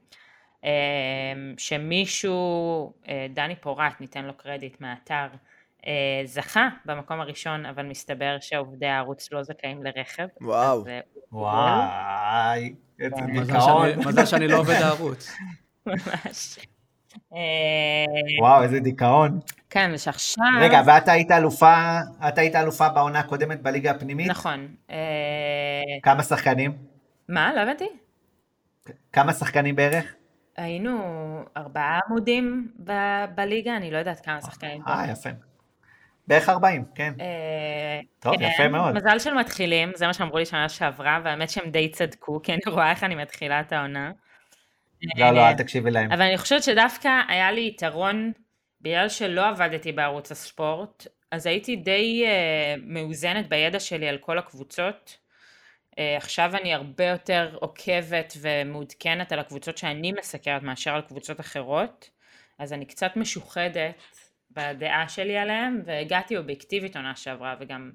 B: שמישהו, דני פורט, ניתן לו קרדיט מהאתר, זכה במקום הראשון, אבל מסתבר שעובדי הערוץ לא זכאים לרכב.
C: וואו.
A: וואי, איזה דיכאון.
D: מזל שאני לא עובד הערוץ.
B: ממש.
A: וואו, איזה דיכאון.
B: כן, ושעכשיו...
A: רגע, ואת היית אלופה בעונה הקודמת בליגה הפנימית?
B: נכון.
A: כמה שחקנים?
B: מה? לא הבנתי?
A: כמה שחקנים בערך?
B: היינו 4 עמודים בליגה, אני לא יודעת כמה שחקנים פה.
A: יפה. בערך 40, כן. טוב,
B: כן,
A: יפה מאוד.
B: מזל של מתחילים, זה מה שאמרו לי שנה שעברה, והאמת שהם די צדקו, כי אני רואה איך אני מתחילה את העונה.
A: לא, אל תקשיבי להם.
B: אבל אני חושבת שדווקא היה לי יתרון, בגלל שלא עבדתי בערוץ הספורט, אז הייתי די מאוזנת בידע שלי על כל הקבוצות. עכשיו אני הרבה יותר עוקבת ומעודכנת על הקבוצות שאני מסקרת מאשר על קבוצות אחרות, אז אני קצת משוחדת בדעה שלי עליהם, והגעתי אובייקטיבית עונה שעברה, וגם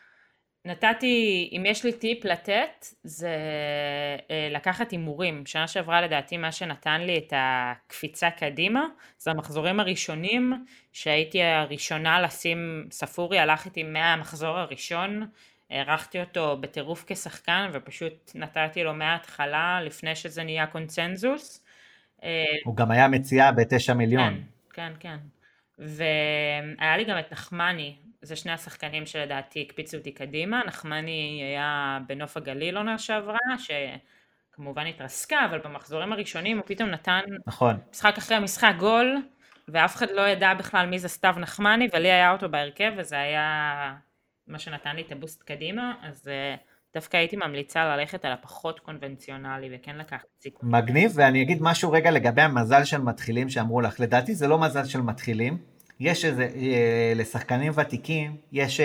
B: נתתי, אם יש לי טיפ לתת, זה לקחת הימורים. שנה שעברה לדעתי מה שנתן לי את הקפיצה קדימה, זה המחזורים הראשונים, שהייתי הראשונה לשים ספורי, הלך איתי מהמחזור הראשון, הערכתי אותו בטירוף כשחקן, ופשוט נתתי לו מההתחלה, לפני שזה נהיה קונצנזוס.
A: הוא גם היה מציאה ב9 מיליון.
B: כן, כן. והיה לי גם את נחמני, זה שני השחקנים שלדעתי הקפיצו אותי קדימה. נחמני היה בנוף הגליל עונה שעברה, שכמובן התרסקה, אבל במחזורים הראשונים הוא פתאום נתן משחק אחרי משחק גול, ואף אחד לא ידע בכלל מי זה סתיו נחמני, ולי היה אותו בהרכב, וזה היה מה שנתן לי את הבוסט קדימה, אז דווקא הייתי ממליצה ללכת על הפחות קונבנציונלי, וכן לקחת סיכון.
A: מגניב, ואני אגיד משהו רגע לגבי המזל של מתחילים שאמרו לך, לדעתי זה לא מזל של מתחילים, יש איזה, לשחקנים ותיקים, יש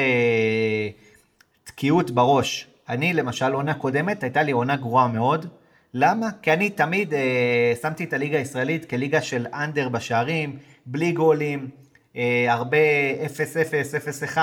A: תקיעות בראש. אני למשל, עונה קודמת, הייתה לי עונה גרועה מאוד. למה? כי אני תמיד שמתי את הליגה הישראלית כליגה של אנדר בשערים, בלי גולים, הרבה 0-0, 0-1,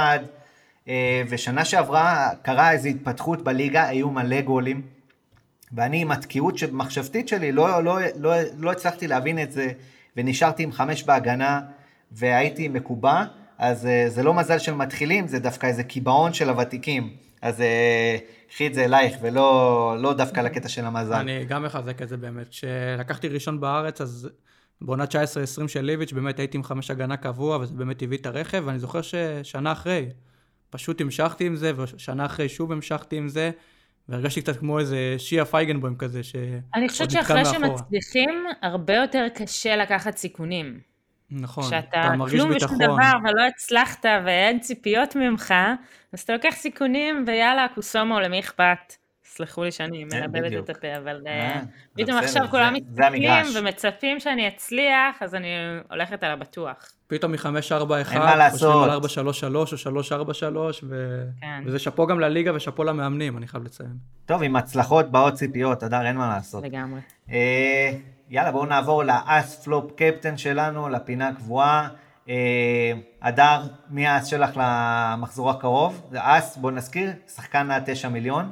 A: ושנה שעברה קרה איזו התפתחות בליגה, היו מלא גולים, ואני עם התקיעות מחשבתית שלי לא הצלחתי להבין את זה, ונשארתי עם 5 בהגנה, והייתי מקובע, אז זה לא מזל של מתחילים, זה דווקא איזה קיבעון של הוותיקים, אז קחי את זה אלייך, ולא דווקא לקטע של המזל.
D: אני גם מחזק את זה באמת, שלקחתי ראשון בארץ, אז בעונה 19-20 של ליביץ' באמת הייתי עם 5 הגנה קבוע, וזה באמת הביא את הרכב, ואני זוכר ששנה אחרי, פשוט המשכתי עם זה, ושנה אחרי שוב המשכתי עם זה, והרגשתי קצת כמו איזה שיה פייגנבוים כזה,
B: אני חושבת שאחרי שמצליחים, הרבה יותר קשה לקחת סיכונים.
D: נכון,
B: אתה מרגיש ביטחון. כשאתה כלום משום דבר, ולא הצלחת, ואין ציפיות ממך, אז אתה לוקח סיכונים, ויאללה, קוסומו, למי אכפת? סלחו לי שאני מנבלת את הפה, אבל פתאום עכשיו כולם מתקלים ומצפים שאני אצליח, אז אני הולכת על הבטוח.
D: פתאום מ-5-4-1, חושבים על 4-3-3 או 3-4-3, וזה שפו גם לליגה ושפו למאמנים, אני חייב לציין.
A: טוב, עם הצלחות באות ציפיות, אדר, אין מה לעשות.
B: לגמרי.
A: יאללה, בואו נעבור לאס פלופ קפטן שלנו, לפינה קבועה. אדר, מי האס שלך למחזור הקרוב? זה אס, בואו נזכיר, שחקן 9 מיליון.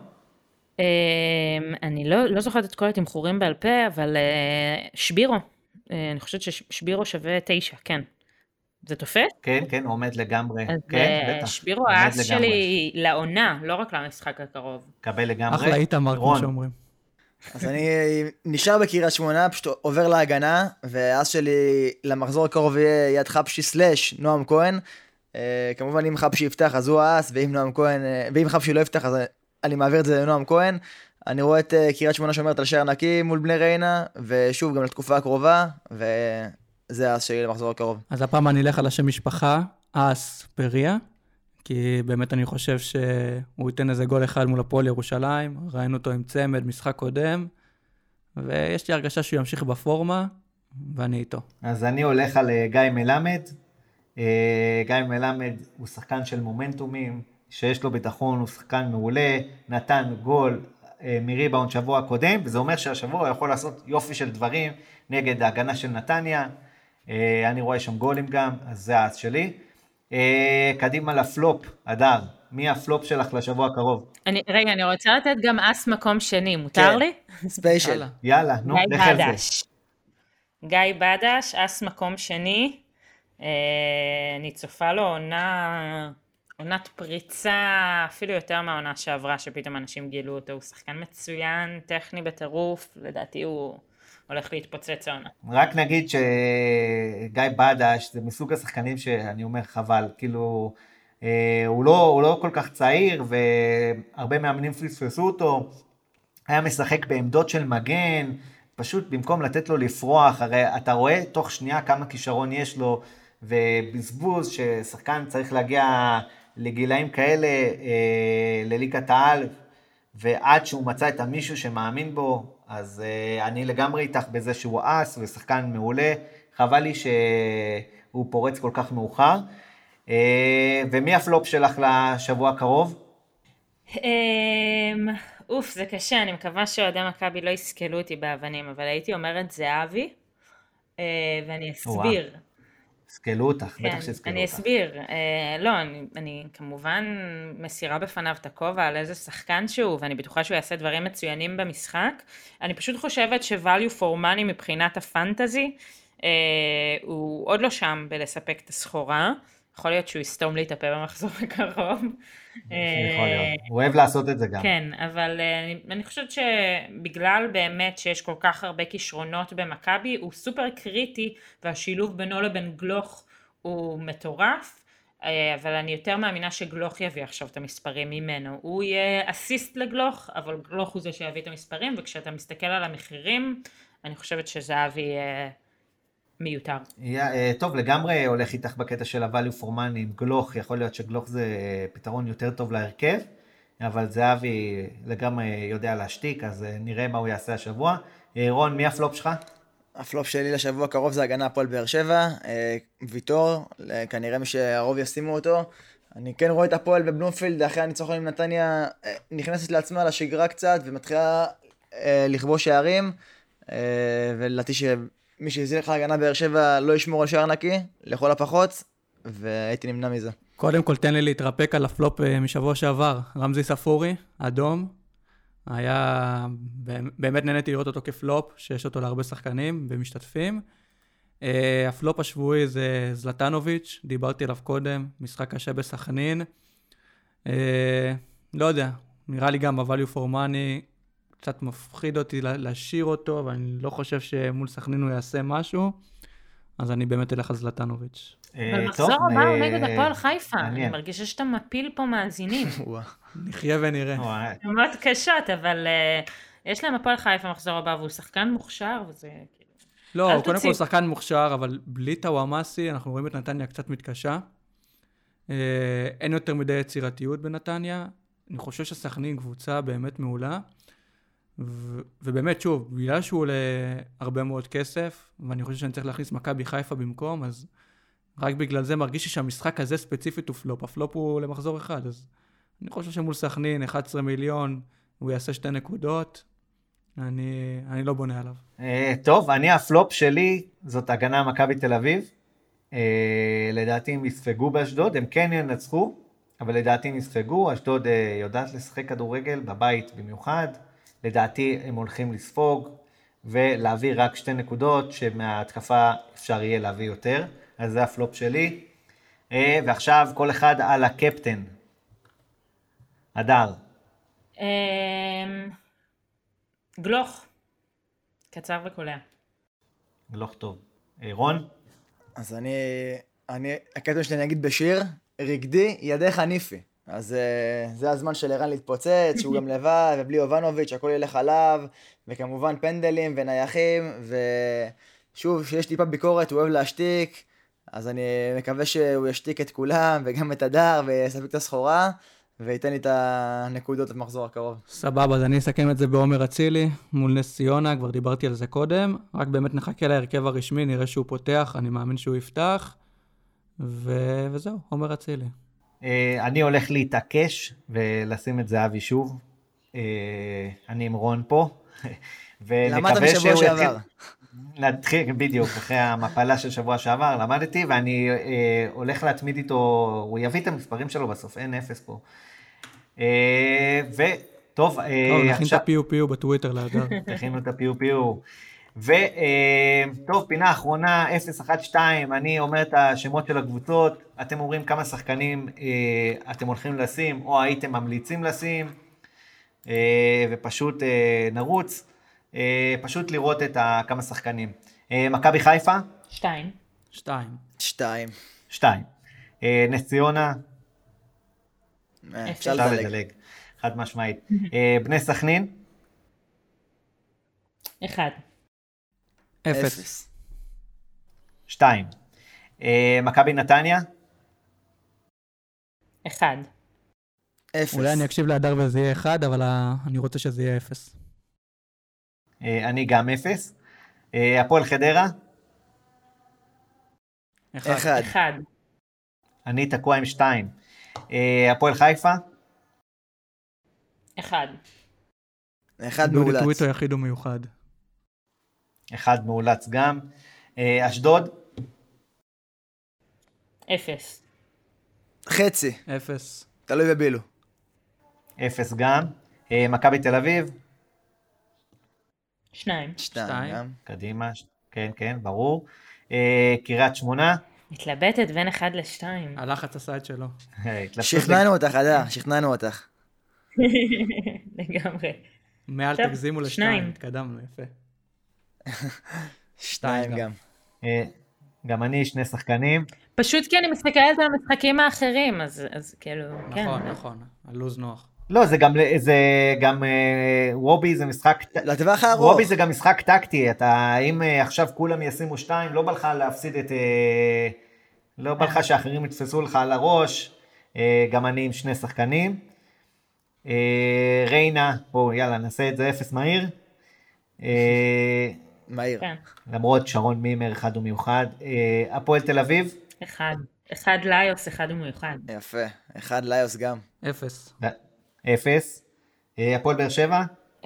B: אני לא זוכרת את כל התמחורים בעל פה, אבל שבירו, אני חושבת ששבירו שווה 9, כן. זה תופס?
A: כן, כן, הוא עומד לגמרי. כן, בטח.
B: שבירו האס שלי לעונה, לא רק למשחק הקרוב.
A: קבל לגמרי.
D: אחלה איתמר, כמו שאומרים.
C: אז אני נשאר בקריית שמונה, פשוט עובר להגנה, והאס שלי למחזור הקרוב יהיה יד חפשי סלש נועם כהן. כמובן אם חפשי יפתח אז הוא האס, ואם חפשי לא יפתח אז אני מעביר את זה לנועם כהן. אני רואה את קריית שמונה שאומרת על שער נקי מול בני ריינה, ושוב גם לתקופה הקרובה, וזה האס שלי למחזור הקרוב.
D: אז הפעם אני אלך על השם משפחה, האס פריה, כי באמת אני חושב שהוא ייתן איזה גול אחד מול הפועל ירושלים, ראינו אותו עם צמד, משחק קודם, ויש לי הרגשה שהוא ימשיך בפורמה, ואני איתו.
A: אז אני הולך על גיא מלמד. גיא מלמד הוא שחקן של מומנטומים, שיש לו ביטחון, הוא שחקן מעולה, נתן גול מריבאונד שבוע קודם, וזה אומר שהשבוע הוא יכול לעשות יופי של דברים נגד ההגנה של נתניה. אני רואה שם גולים גם, אז זה האס שלי. קדימה לפלופ, אדר, מי הפלופ שלך לשבוע הקרוב?
B: רגע, אני רוצה לתת גם אס מקום שני, מותר לי?
C: ספיישל.
A: יאללה, נו,
B: גיא בדש. גיא בדש, אס מקום שני, אני צופה לו עונת פריצה, אפילו יותר מהעונה שעברה, שפתאום אנשים גילו אותו, הוא שחקן מצוין, טכני בטירוף, לדעתי הוא הולך להתפוצץ העונה.
A: רק נגיד שגיא בדש זה מסוג השחקנים שאני אומר חבל, כאילו הוא לא כל כך צעיר, והרבה מאמנים פספסו אותו, היה משחק בעמדות של מגן, פשוט במקום לתת לו לפרוח, הרי אתה רואה תוך שנייה כמה כישרון יש לו, ובזבוז ששחקן צריך להגיע לגילאים כאלה, לליגת העל, ועד שהוא מצא את המישהו שמאמין בו, אז אני לגמרי איתך בזה שהוא אס ושחקן מעולה, חבל לי שהוא פורץ כל כך מאוחר. ומי הפלופ שלך לשבוע הקרוב?
B: אוף, זה קשה, אני מקווה שאוהדי מכבי לא יסכלו אותי באבנים, אבל הייתי אומרת זהבי, ואני אסביר.
A: סקלו אותך,
B: כן,
A: בטח שסקלו אותך.
B: אני אסביר. לא, אני כמובן מסירה בפניו את הכובע על איזה שחקן שהוא, ואני בטוחה שהוא יעשה דברים מצוינים במשחק. אני פשוט חושבת ש-value for money מבחינת הפנטזי, הוא עוד לא שם בלספק את הסחורה. יכול להיות שהוא יסתום לי את הפה במחזור הקרוב.
A: יכול להיות, הוא אוהב לעשות את זה גם.
B: כן, אבל אני חושבת שבגלל באמת שיש כל כך הרבה כישרונות במכבי, הוא סופר קריטי, והשילוב בינו לבין גלוך הוא מטורף, אבל אני יותר מאמינה שגלוך יביא עכשיו את המספרים ממנו. הוא יהיה אסיסט לגלוך, אבל גלוך הוא זה שיביא את המספרים, וכשאתה מסתכל על המחירים, אני חושבת שזהבי מיותר.
A: טוב, לגמרי הולך איתך בקטע של ה-value for money עם גלוך, יכול להיות שגלוך זה פתרון יותר טוב להרכב, אבל זהבי לגמרי יודע להשתיק, אז נראה מה הוא יעשה השבוע. רון, מי הפלופ שלך?
C: הפלופ שלי לשבוע הקרוב זה הגנה הפועל באר שבע, ויטור, כנראה מי שהרוב ישימו אותו. אני כן רואה את הפועל בבלומפילד, אחרי הניצחון עם נתניה, נכנסת לעצמה לשגרה קצת, ומתחילה לכבוש שערים, ולדעתי מי שהזיל לך הגנה באר שבע לא ישמור על שער נקי, לכל הפחות, והייתי נמנע מזה.
D: קודם כל תן לי להתרפק על הפלופ משבוע שעבר. רמזי ספורי, אדום. באמת נהניתי לראות אותו כפלופ, שיש אותו להרבה שחקנים ומשתתפים. הפלופ השבועי זה זלטנוביץ', דיברתי עליו קודם, משחק קשה בסכנין. לא יודע, נראה לי גם ה-value for money, קצת מפחיד אותי להשאיר אותו, ואני לא חושב שמול סכנין הוא יעשה משהו, אז אני באמת אלך על זלטנוביץ'.
B: אבל מחזור הבא הוא נגד הפועל חיפה, אני מרגישה שאתה מפיל פה מאזינים.
D: נחיה ונראה.
B: מאוד קשות, אבל יש להם הפועל חיפה מחזור הבא, והוא שחקן מוכשר, וזה כאילו...
D: לא, קודם כל שחקן מוכשר, אבל בלי טוואמאסי, אנחנו רואים את נתניה קצת מתקשה. אין יותר מדי יצירתיות בנתניה, אני חושב שסכנין קבוצה באמת מעולה, ובאמת, שוב, בגלל שהוא עולה הרבה מאוד כסף, ואני חושב שאני צריך להכניס מכבי חיפה במקום, אז רק בגלל זה מרגיש לי שהמשחק הזה ספציפית הוא פלופ. הפלופ הוא למחזור אחד, אז אני חושב שמול סכנין, 11 מיליון, הוא יעשה 2 נקודות, אני לא בונה עליו.
A: טוב, הפלופ שלי, זאת הגנה מכבי תל אביב. לדעתי הם יספגו באשדוד, הם כן ינצחו, אבל לדעתי הם יספגו. אשדוד יודעת לשחק כדורגל, בבית במיוחד. לדעתי הם הולכים לספוג, ולהביא רק 2 נקודות, שמההתקפה אפשר יהיה להביא יותר. אז זה הפלופ שלי. ועכשיו כל אחד על הקפטן. הדר.
B: גלוך. קצר וקולע.
A: גלוך טוב. רון?
C: אז הקטע שלי אני אגיד בשיר, רקדי, ידך ניפי. אז זה הזמן של ערן להתפוצץ, שהוא גם לבד, ובלי יובנוביץ', הכל ילך עליו, וכמובן פנדלים ונייחים, ושוב, שיש טיפה ביקורת, הוא אוהב להשתיק, אז אני מקווה שהוא ישתיק את כולם, וגם את הדר, ויספק את הסחורה, וייתן לי את הנקודות במחזור הקרוב.
D: סבבה, אז אני אסכם את זה בעומר אצילי, מול נס ציונה, כבר דיברתי על זה קודם, רק באמת נחכה להרכב הרשמי, נראה שהוא פותח, אני מאמין שהוא יפתח, וזהו, עומר אצילי.
A: אני הולך להתעקש ולשים את זהבי שוב. אני עם רון פה.
C: למדת משבוע שעבר.
A: נתחיל בדיוק, אחרי המפלה של שבוע שעבר, למדתי, ואני הולך להתמיד איתו, הוא יביא את המספרים שלו בסוף, אין אפס פה. וטוב,
D: נכין את הפיו בטוויטר להדר.
A: נכינו את הפיו. וטוב, פינה אחרונה, 0-1-2, אני אומר את השמות של הקבוצות, אתם אומרים כמה שחקנים אתם הולכים לשים, או הייתם ממליצים לשים, ופשוט נרוץ, פשוט לראות את כמה שחקנים. מכבי חיפה?
B: 2.
A: נס ציונה?
C: אפשר לדלג.
A: חד משמעית. בני סכנין?
B: 1.
D: אפס.
A: 2. מכבי נתניה?
B: 1.
C: אפס.
D: אולי אני אקשיב להדר וזה יהיה 1, אבל אני רוצה שזה יהיה 0.
A: אני גם 0. הפועל חדרה?
C: 1.
B: 1.
A: אני תקוע עם 2. הפועל חיפה?
B: 1.
C: 1
D: דודי
C: מאולץ.
D: טוויטו יחיד ומיוחד.
A: 1 מאולץ גם. אשדוד?
B: 0.
C: חצי.
D: 0.
C: תלוי בבילו.
A: 0 גם. מכבי תל אביב?
B: 2.
C: 2 גם.
A: קדימה. כן, כן, ברור. קריית שמונה?
B: מתלבטת בין 1 ל-2.
D: הלחץ עשה את שלו.
C: שכנענו אותך, אדר, שכנענו אותך.
B: לגמרי.
D: מעל
B: טוב,
D: תגזימו ל2,
B: 2.
D: התקדמנו, יפה.
C: 2 גם.
A: גם אני 2 שחקנים.
B: פשוט כי אני מסתכלת על המשחקים האחרים, אז כאילו, כן.
D: נכון, הלוז נוח.
A: לא, זה גם וובי זה משחק,
C: לטווח הארוך.
A: וובי זה גם משחק טקטי, אם עכשיו כולם ישימו 2, לא בא לך להפסיד לא בא לך שאחרים יתפסו לך על הראש, גם אני עם 2 שחקנים. ריינה, בואו יאללה נעשה את זה 0 מהיר.
C: מהיר.
B: כן.
A: למרות שרון מימר אחד ומיוחד. הפועל תל אביב?
B: 1. 1 ליוס, 1 ומיוחד.
C: יפה. 1 ליוס גם.
D: 0.
A: 0. הפועל באר שבע?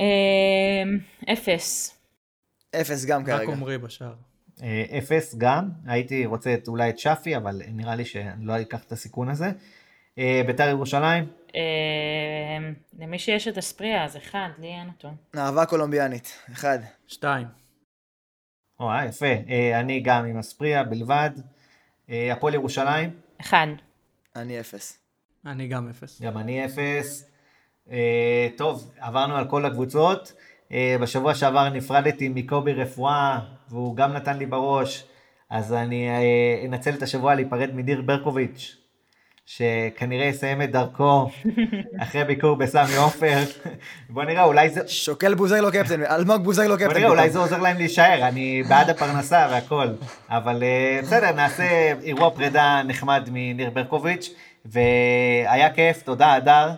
B: 0.
C: 0 גם
D: רק
C: כרגע.
D: עומרי בשער.
A: 0 גם. הייתי רוצה אולי את שפי, אבל נראה לי שאני לא אקח את הסיכון הזה. ביתר ירושלים?
B: למי שיש את אספריה, אז 1, לי אין אותו.
C: אהבה קולומביאנית. 1.
D: 2.
A: יפה. אני גם עם אספריה בלבד. הפועל ירושלים?
B: 1.
C: אני 0.
D: אני גם 0.
A: גם אני 0. טוב, עברנו על כל הקבוצות. בשבוע שעבר נפרדתי מקובי רפואה, והוא גם נתן לי בראש, אז אני אנצל את השבוע להיפרד מדיר ברקוביץ', שכנראה יסיים את דרכו אחרי ביקור בסמי עופר. בוא נראה, אולי זה...
C: שוקל בוזגלו קפטן, אלמוג בוזגלו קפטן.
A: בוא נראה, אולי זה עוזר להם להישאר, אני בעד הפרנסה והכל. אבל בסדר, נעשה אירוע פרידה נחמד מניר ברקוביץ', והיה כיף, תודה אדר.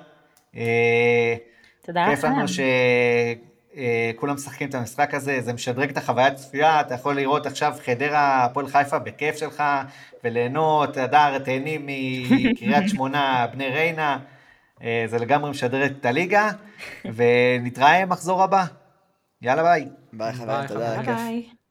B: תודה
A: כיף לנו שכולם משחקים את המשחק הזה, זה משדרג את החוויית צפייה, אתה יכול לראות עכשיו חדרה, הפועל חיפה בכיף שלך, וליהנות, אדר, תהני מקריית שמונה, בני ריינה, זה לגמרי משדרג את הליגה, ונתראה מחזור הבא. יאללה ביי.
C: ביי חברים, תודה,
D: ביי,
C: כיף.
B: ביי.